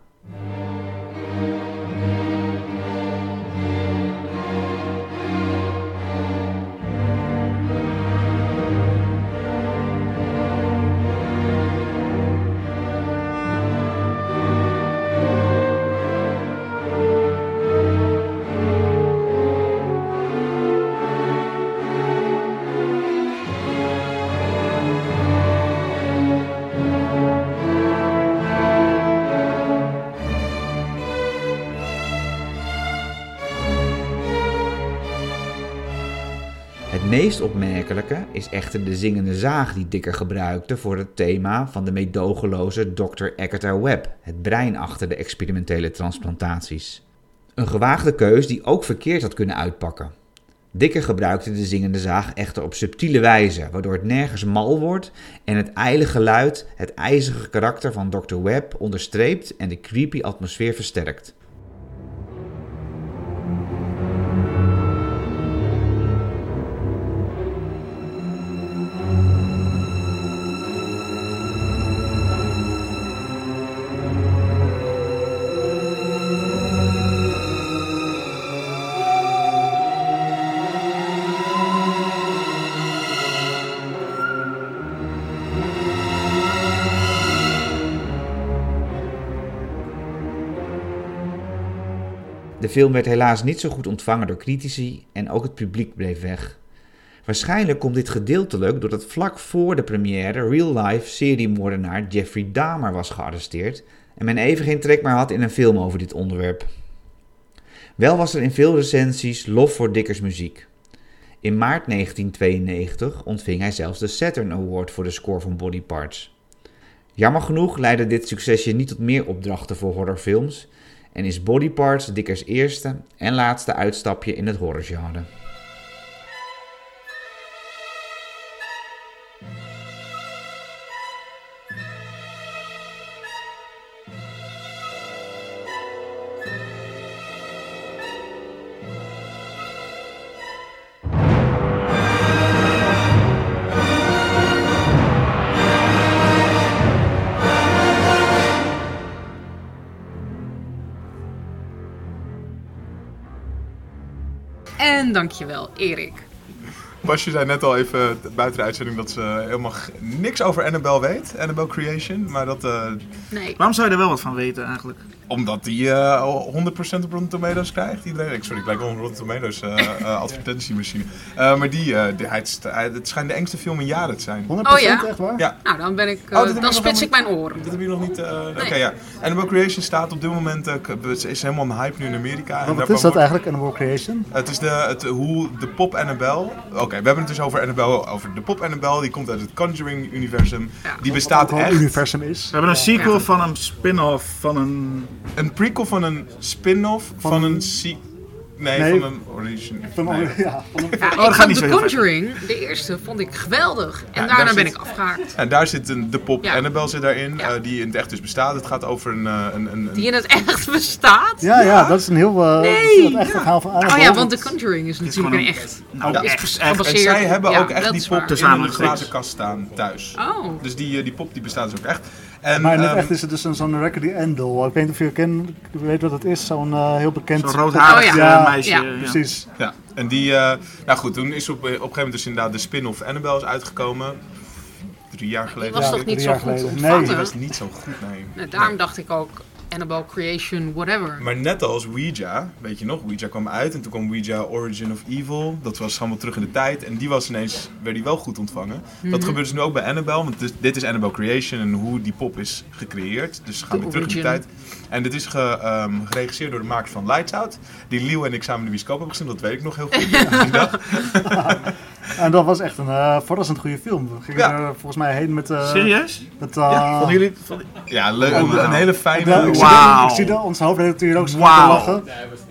Het meest opmerkelijke is echter de zingende zaag die Dicker gebruikte voor het thema van de meedogenloze dokter Eckert R. Webb, het brein achter de experimentele transplantaties. Een gewaagde keus die ook verkeerd had kunnen uitpakken. Dicker gebruikte de zingende zaag echter op subtiele wijze, waardoor het nergens mal wordt en het ijle geluid het ijzige karakter van dokter Webb onderstreept en de creepy atmosfeer versterkt. De film werd helaas niet zo goed ontvangen door critici en ook het publiek bleef weg. Waarschijnlijk komt dit gedeeltelijk doordat vlak voor de première real-life seriemoordenaar Jeffrey Dahmer was gearresteerd en men even geen trek meer had in een film over dit onderwerp. Wel was er in veel recensies lof voor Dickers muziek. In maart negentien tweeënnegentig ontving hij zelfs de Saturn Award voor de score van Body Parts. Jammer genoeg leidde dit succesje niet tot meer opdrachten voor horrorfilms en is Body Parts Dickers eerste en laatste uitstapje in het horrorgenre. En dankjewel, Erik. Basje zei net al even buiten de uitzending dat ze helemaal g- niks over Annabelle weet. Annabelle Creation, maar dat... Uh, nee. Waarom zou je er wel wat van weten eigenlijk? Omdat die uh, honderd procent op Rotten Tomatoes krijgt. Iedereen, sorry, ik lijk wel een Rotten Tomatoes uh, uh, advertentiemachine. Uh, maar die, uh, die hij, hij, het schijnt de engste film in jaren te zijn. honderd procent Oh ja? echt waar? Ja. Nou, dan ben ik, uh, Oh, dan spits ik mijn oren. Dat heb je nog niet... Uh, Oké, Nee. okay, ja. Annabelle Creation staat op dit moment... Uh, is helemaal een hype nu in Amerika. Maar en wat daarvan is dat wordt- eigenlijk, Annabelle Creation? Het is de, het, hoe de pop Annabelle... Oké, okay, we hebben het dus over Annabelle, over de pop Annabelle. Die komt uit het Conjuring-universum. Ja. Die bestaat Wat ook wel echt... een universum is. We hebben een sequel Ja. van een spin-off van een... Een prequel van een spin-off van, Van een... een- se- nee, Nee. van een origin. Van, Nee. ja, van een, Ja, dat ik gaat niet vond zo The heel ver. Conjuring, de eerste, vond ik geweldig. En Ja, daarna daar ben zit- ik afgehaakt. En daar zit een, de pop Ja. Annabelle zit daarin, Ja. uh, die in het echt dus bestaat. Het gaat over een... Uh, een, een, een Die in het echt bestaat? ja, ja, dat is een heel uh, Nee. dat is echt verhaal van Annabelle. Oh ja, want The Conjuring is Dit is natuurlijk gewoon een een- echt. Nou, Ja. Is echt, echt. En gebaseerd zij op- hebben ja, ook echt dat die is pop waar. in een Gezamenlijk glazen steeds. kast staan thuis. Oh. Dus die, uh, die pop die bestaat dus ook echt. En, Maar in het ehm, echt is het dus een, zo'n Raggedy Ann doll. Ik weet niet of je kent, ik weet wat het is, zo'n uh, heel bekend... Zo'n roodharig Oh uh, ja. meisje. Ja. Ja. Precies. ja, en die... Uh, nou goed, toen is op, op een gegeven moment dus inderdaad de spin-off Annabelle is uitgekomen. Drie jaar geleden. Die was Ja, toch niet drie zo jaar goed geleden. Nee, ontvangen? Die was niet zo goed, nee. Nee, daarom Nee. dacht ik ook Annabelle Creation, whatever. Maar net als Ouija, weet je nog, Ouija kwam uit en toen kwam Ouija Origin of Evil. Dat was allemaal terug in de tijd en die was ineens, werd die wel goed ontvangen. Mhm. Dat gebeurt dus nu ook bij Annabelle, want dit, dit is Annabelle Creation en hoe die pop is gecreëerd. Dus we gaan De weer terug in de origin. tijd. En dit is ge, um, geregisseerd door de makers van Lights Out. Die Leeuw en ik samen in de bioscoop hebben gezien, dat weet ik nog heel goed. Die dag. En dat was echt een uh, verrassend goede film. We gingen Ja. er volgens mij heen met... Uh, Serieus? Met, uh, Ja, Vonden jullie... Vonden... Ja, leuk. Oh, Een, wow. een hele fijne... Ja, ik, zie Wauw. de, ik zie de, onze hoofdredacteur ook zo Wauw. lachen.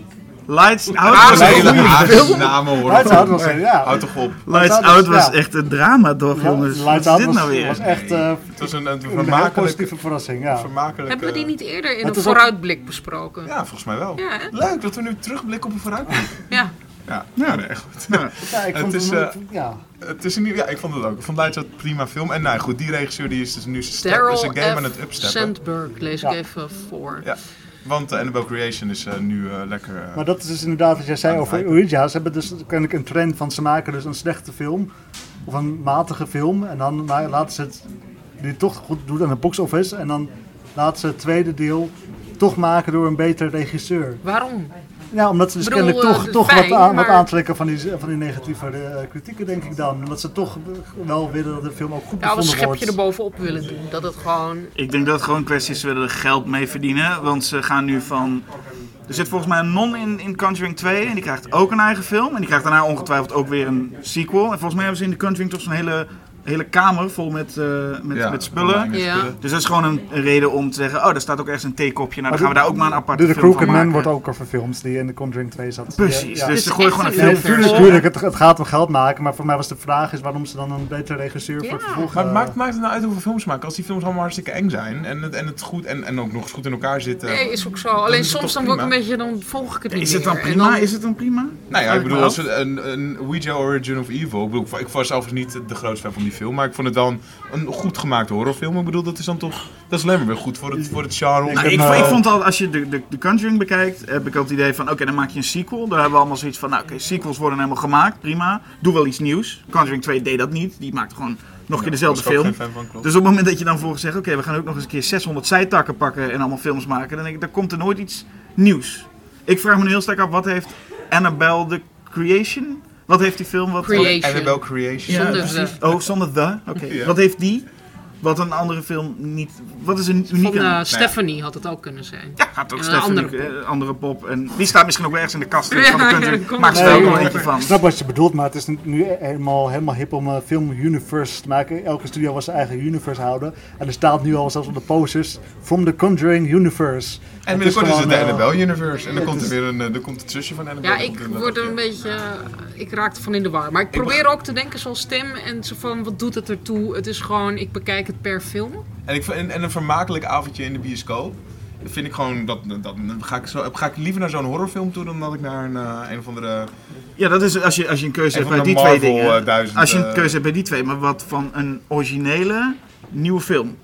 Lights Ah, Out was een een hele goede aardige film. namen hoor. Lights Out was, ja. Houd toch op. Lights Out Out was- was ja. echt een drama toch, Ja, jongens? Wat Lights is Out dit was, nou weer? was echt uh, Het was een, een een heel vermakelijke... positieve verrassing, ja. vermakelijke Hebben we die niet eerder in Het een is ook- vooruitblik besproken? Ja, volgens mij wel. Ja, hè? Leuk dat we nu terugblikken op een vooruitblik. Ja. Ja, ja, nee, echt goed. Ja. Ja, ik Het vond is, het, eh, ja. Het is een nieuw, ja, ik vond het ook. Ik vond Lights Out een prima film. En nou goed, die regisseur die is dus nu zijn step- Daryl zijn game aan het F. upsteppen. Sandberg lees ik Ja. even voor. Ja, want uh, Annabelle Creation is uh, nu uh, lekker... Uh, Maar dat is dus inderdaad wat jij zei aan over het Ouija. Ze hebben dus kennelijk een trend van ze maken dus een slechte film. Of een matige film. En dan ma- laten ze het die toch goed doet aan de box office. En dan laten ze het tweede deel toch maken door een betere regisseur. Waarom? Ja, omdat ze dus Ik bedoel, kennelijk uh, toch, de toch fijn, wat, aan, maar- wat aantrekken van die, van die negatieve uh, kritieken, denk ik dan. Omdat ze toch wel willen dat de film ook goed Ja, of een bevonden schepje wordt. erbovenop willen doen. Dat het gewoon... Ik denk dat het gewoon een kwestie is, ze willen er geld mee verdienen. Want ze gaan nu van... Er zit volgens mij een non in, in Conjuring twee en die krijgt ook een eigen film. En die krijgt daarna ongetwijfeld ook weer een sequel. En volgens mij hebben ze in de Conjuring toch zo'n hele, hele kamer vol met, uh, met, ja, met spullen. enge Ja. spullen. Dus dat is gewoon een, een reden om te zeggen, oh, daar staat ook ergens een theekopje. Nou, dan gaan we daar ook maar een aparte De, de film van Crooked maken. Man wordt ook al verfilmd, die in de Conjuring twee zat. Precies, Ja, dus Dus ze gooien gewoon een echt film een Nee, tuurlijk, Vol. tuurlijk het, het gaat om geld maken, maar voor mij was de vraag is waarom ze dan een betere regisseur voor het Ja. vervolg... Maar het eh, maakt, maakt het nou uit hoeveel films ze maken. Als die films allemaal hartstikke eng zijn en het, en het goed en, en ook nog eens goed in elkaar zitten. Nee, is ook zo. Alleen is het soms toch dan word ik een prima? beetje, dan volg ik het niet Is het dan meer. En prima? dan- Is het dan prima? Nou ja, ik Uit bedoel, mijn als het een, een Ouija Origin of Evil. Ik, bedoel, ik was zelfs niet de grootste fan van die film, maar ik vond het wel een, een goed gemaakte horrorfilm. Ik bedoel, dat is dan toch, dat is alleen maar weer goed voor het, voor het genre. Ik Nou, heb, ik, eh, ik vond al, als je de, de, de Conjuring bekijkt, heb ik ook het idee van, oké, dan maak je een sequel. Daar hebben we allemaal zoiets van, nou oké, sequels worden helemaal gemaakt, prima. Doe wel iets nieuws. Conjuring twee deed dat niet. Die maakte gewoon nog een keer dezelfde was ik ook film. geen fan van, klopt. Dus op het moment dat je dan volgens zegt, oké, we gaan ook nog eens een keer zeshonderd zijtakken pakken en allemaal films maken, dan denk ik, daar komt er nooit iets nieuws. Ik vraag me nu heel sterk af, wat heeft Annabelle the Creation? Wat heeft die film? Wat, Creation. Annabelle Creation. Ja, Zonder precies. the. Oh, zonder the? Oké. Ja. Wat heeft die? Wat een andere film niet... Wat is een unieke... Van uh, Stephanie had het ook kunnen zijn. Ja, gaat ook Een Stephanie, andere andere. andere pop. En die staat misschien ook wel ergens in de kast Ja, van de ja, Conjuring. dat komt Maak ze Nee, er ook joh, nog eentje van. Ik snap wat je bedoelt, maar het is nu helemaal, helemaal hip om een film universe te maken. Elke studio wil zijn eigen universe houden. En er staat nu al zelfs op de posters, From the Conjuring Universe. En binnenkort is het de gewoon, eh, Annabelle Universe. En dan het komt er is- weer een, eh, dan komt het zusje van Annabelle. Ja, ik komt er word er een inderdaad beetje... Ik raak er van in de war. Maar ik probeer ook te denken zoals Tim. En zo van, wat doet het ertoe? Het is gewoon, ik bekijk het per film. En, ik, vind- en, en een vermakelijk avondje in de bioscoop. Vind ik gewoon, dat, dat, dan ga, ik zo, ga ik liever naar zo'n horrorfilm toe dan dat ik naar een, uh, een of andere... Ja, dat is als je, als je een keuze Een hebt van bij de die twee Marvel, dingen. eh, duizend, als je een eh, keuze hebt bij die twee, maar wat van een originele nieuwe film.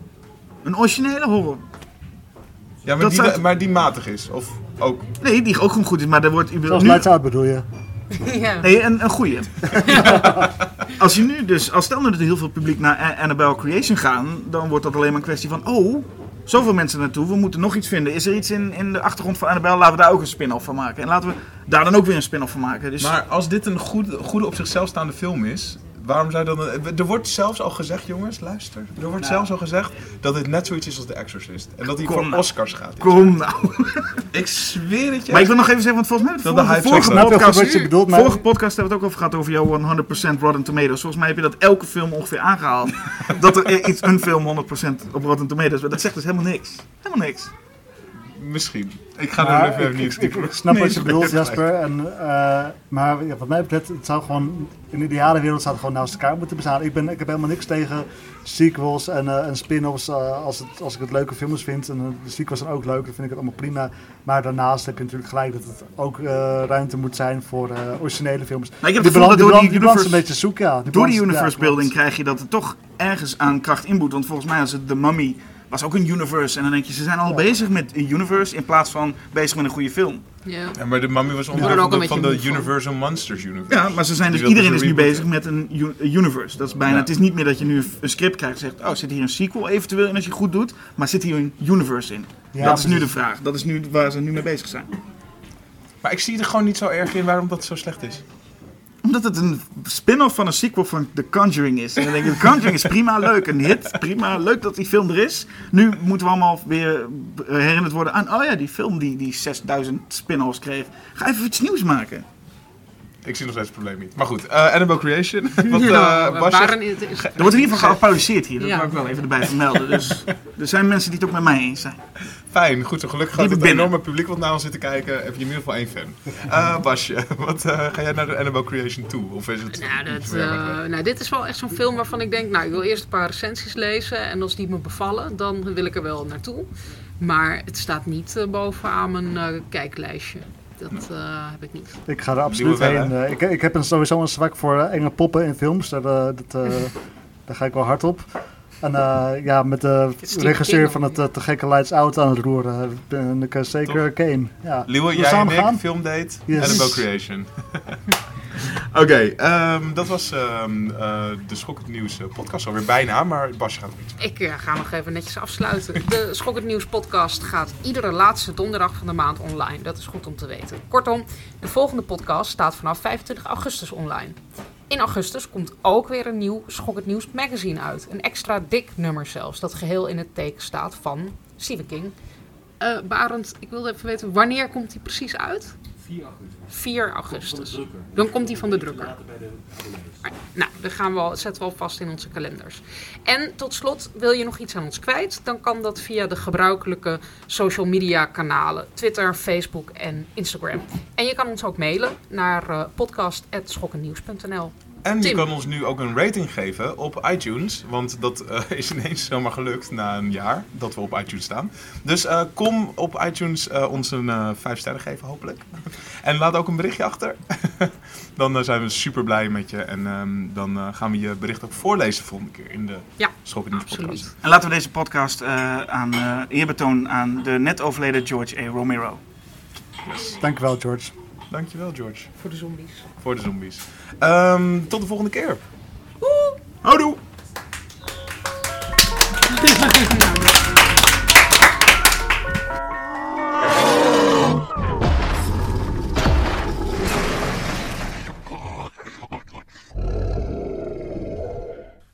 Een originele horror. Ja, maar, Dat die, zou- maar die matig is. Of ook... Nee, die ook gewoon goed is, maar er wordt... Zoals nu- Lights Out bedoel je? Ja. Nee, een, een goeie. Als je nu dus, als stel nou dat er heel veel publiek naar A- Annabelle Creation gaan, dan wordt dat alleen maar een kwestie van, oh, zoveel mensen naartoe, we moeten nog iets vinden. Is er iets in, in de achtergrond van Annabelle, laten we daar ook een spin-off van maken. En laten we daar dan ook weer een spin-off van maken. Dus Maar als dit een goede, goede op zichzelf staande film is, waarom zou dan... Er wordt zelfs al gezegd, jongens, luister. Er wordt zelfs al gezegd dat dit net zoiets is als The Exorcist. En dat hij Kom voor nou. Oscars gaat. kom nou. Ik zweer het je. Maar ik wil nog even zeggen, want volgens mij, Dat de de vorige, hype vorige, zo Ik snap wel goed podcast, wat je bedoelt, maar... vorige podcast hebben we het ook over gehad over jouw honderd procent Rotten Tomatoes. Volgens mij heb je dat elke film ongeveer aangehaald. Dat er iets, een film honderd procent op Rotten Tomatoes, maar dat zegt dus helemaal niks. Helemaal niks. Misschien. Ik ga Maar er even ik, niet ik, ik, ik snap wat je bedoelt, Jasper. En, uh, maar ja, wat mij betreft, het zou gewoon, in de ideale wereld zou het gewoon naast elkaar moeten bestaan. Ik, ben, ik heb helemaal niks tegen sequels en, uh, en spin-offs uh, als, het, als ik het leuke films vind. En uh, de sequels zijn ook leuk, dan vind ik het allemaal prima. Maar daarnaast heb je natuurlijk gelijk dat het ook uh, ruimte moet zijn voor uh, originele films. Maar ik heb die het gevoel dat door balans- die balans universe- een beetje zoek, ja. Door die balans- universe ja, building klopt. krijg je dat het toch ergens aan kracht inboet. Want volgens mij als het The Mummy was ook een universe. En dan denk je, ze zijn al Ja. bezig met een universe in plaats van bezig met een goede film. Ja. Ja, maar de Mummy was Ja. onderdeel Daar ook van een de, van beetje de moe van. Universal Monsters Universe. Ja, maar ze zijn dus, Die wilden iedereen is ze nu rebooten. bezig met een u- een universe. Dat is bijna, Ja. Het is niet meer dat je nu een- een script krijgt en zegt, oh, zit hier een sequel eventueel in als je goed doet. Maar zit hier een universe in? Ja, dat is nu precies. de vraag. Dat is nu waar ze nu mee bezig zijn. Maar ik zie er gewoon niet zo erg in waarom dat zo slecht is. Omdat het een spin-off van een sequel van The Conjuring is. En dan denk ik, The Conjuring is prima, leuk, een hit, prima, leuk dat die film er is. Nu moeten we allemaal weer herinnerd worden aan, oh ja, die film die, die zesduizend spin-offs kreeg. Ga even iets nieuws maken. Ik zie nog steeds het probleem niet. Maar goed, uh, Annabelle Creation. Wat, uh, Ja, Basje? waren in- is- Er wordt in ieder geval geapplaudisseerd hier, dat Ja. wil ik wel even erbij vermelden. Dus er zijn mensen die het ook met mij eens zijn. Fijn, goed zo. Gelukkig Die gaat het binnen. enorme publiek wat naar ons zit te kijken. Heb je in ieder geval één fan. Uh, Basje, wat, uh, ga jij naar de Annabelle Creation toe? Of is het... Nou, dat, iets meer wat eh, weg? nou, dit is wel echt zo'n film waarvan ik denk, nou, ik wil eerst een paar recensies lezen en als die me bevallen, dan wil ik er wel naartoe. Maar het staat niet uh, bovenaan mijn uh, kijklijstje. Dat uh, heb ik niet. Ik ga er absoluut Nieuwe heen. wel, Uh, ik, ik heb een, sowieso een zwak voor uh, enge poppen in films. Daar, uh, dat, uh, daar ga ik wel hard op. En uh, ja, met de Stephen regisseur King van het uh, Te Gekke Lights Out aan het roeren, uh, ben ik uh, zeker Kane. Ja. Liewe, We jij en samen ik, gaan? filmdate, Yes. Annabelle Creation. Oké, okay, um, dat was um, uh, de Schokkend Nieuws uh, podcast alweer bijna, maar Basje gaat nog iets. Ik uh, ga nog even netjes afsluiten. De Schokkend Nieuws podcast gaat iedere laatste donderdag van de maand online. Dat is goed om te weten. Kortom, de volgende podcast staat vanaf vijfentwintig augustus online. In augustus komt ook weer een nieuw Schokkend Nieuws magazine uit. Een extra dik nummer zelfs, dat geheel in het teken staat van Stephen King. Uh, Barend, ik wilde even weten, wanneer komt die precies uit? vier augustus. Dan komt die van de drukker. Nou, dat gaan we al, zetten we al vast in onze kalenders. En tot slot, wil je nog iets aan ons kwijt? Dan kan dat via de gebruikelijke social media kanalen. Twitter, Facebook en Instagram. En je kan ons ook mailen naar uh, podcast at schokkennieuws punt n l. En je Tim. kan ons nu ook een rating geven op iTunes. Want dat uh, is ineens zomaar gelukt na een jaar dat we op iTunes staan. Dus uh, kom op iTunes uh, ons een uh, vijf sterren geven, hopelijk. En laat ook een berichtje achter. Dan uh, zijn we super blij met je. En um, dan uh, gaan we je bericht ook voorlezen volgende keer in de Ja, Schokkend Nieuws podcast. absoluut. En laten we deze podcast uh, aan uh, eerbetoon aan de net overleden George A. Romero. Yes. Dank je wel, George. Dankjewel, George. Voor de zombies. Voor de zombies. Um, tot de volgende keer. Houdoe! Nou,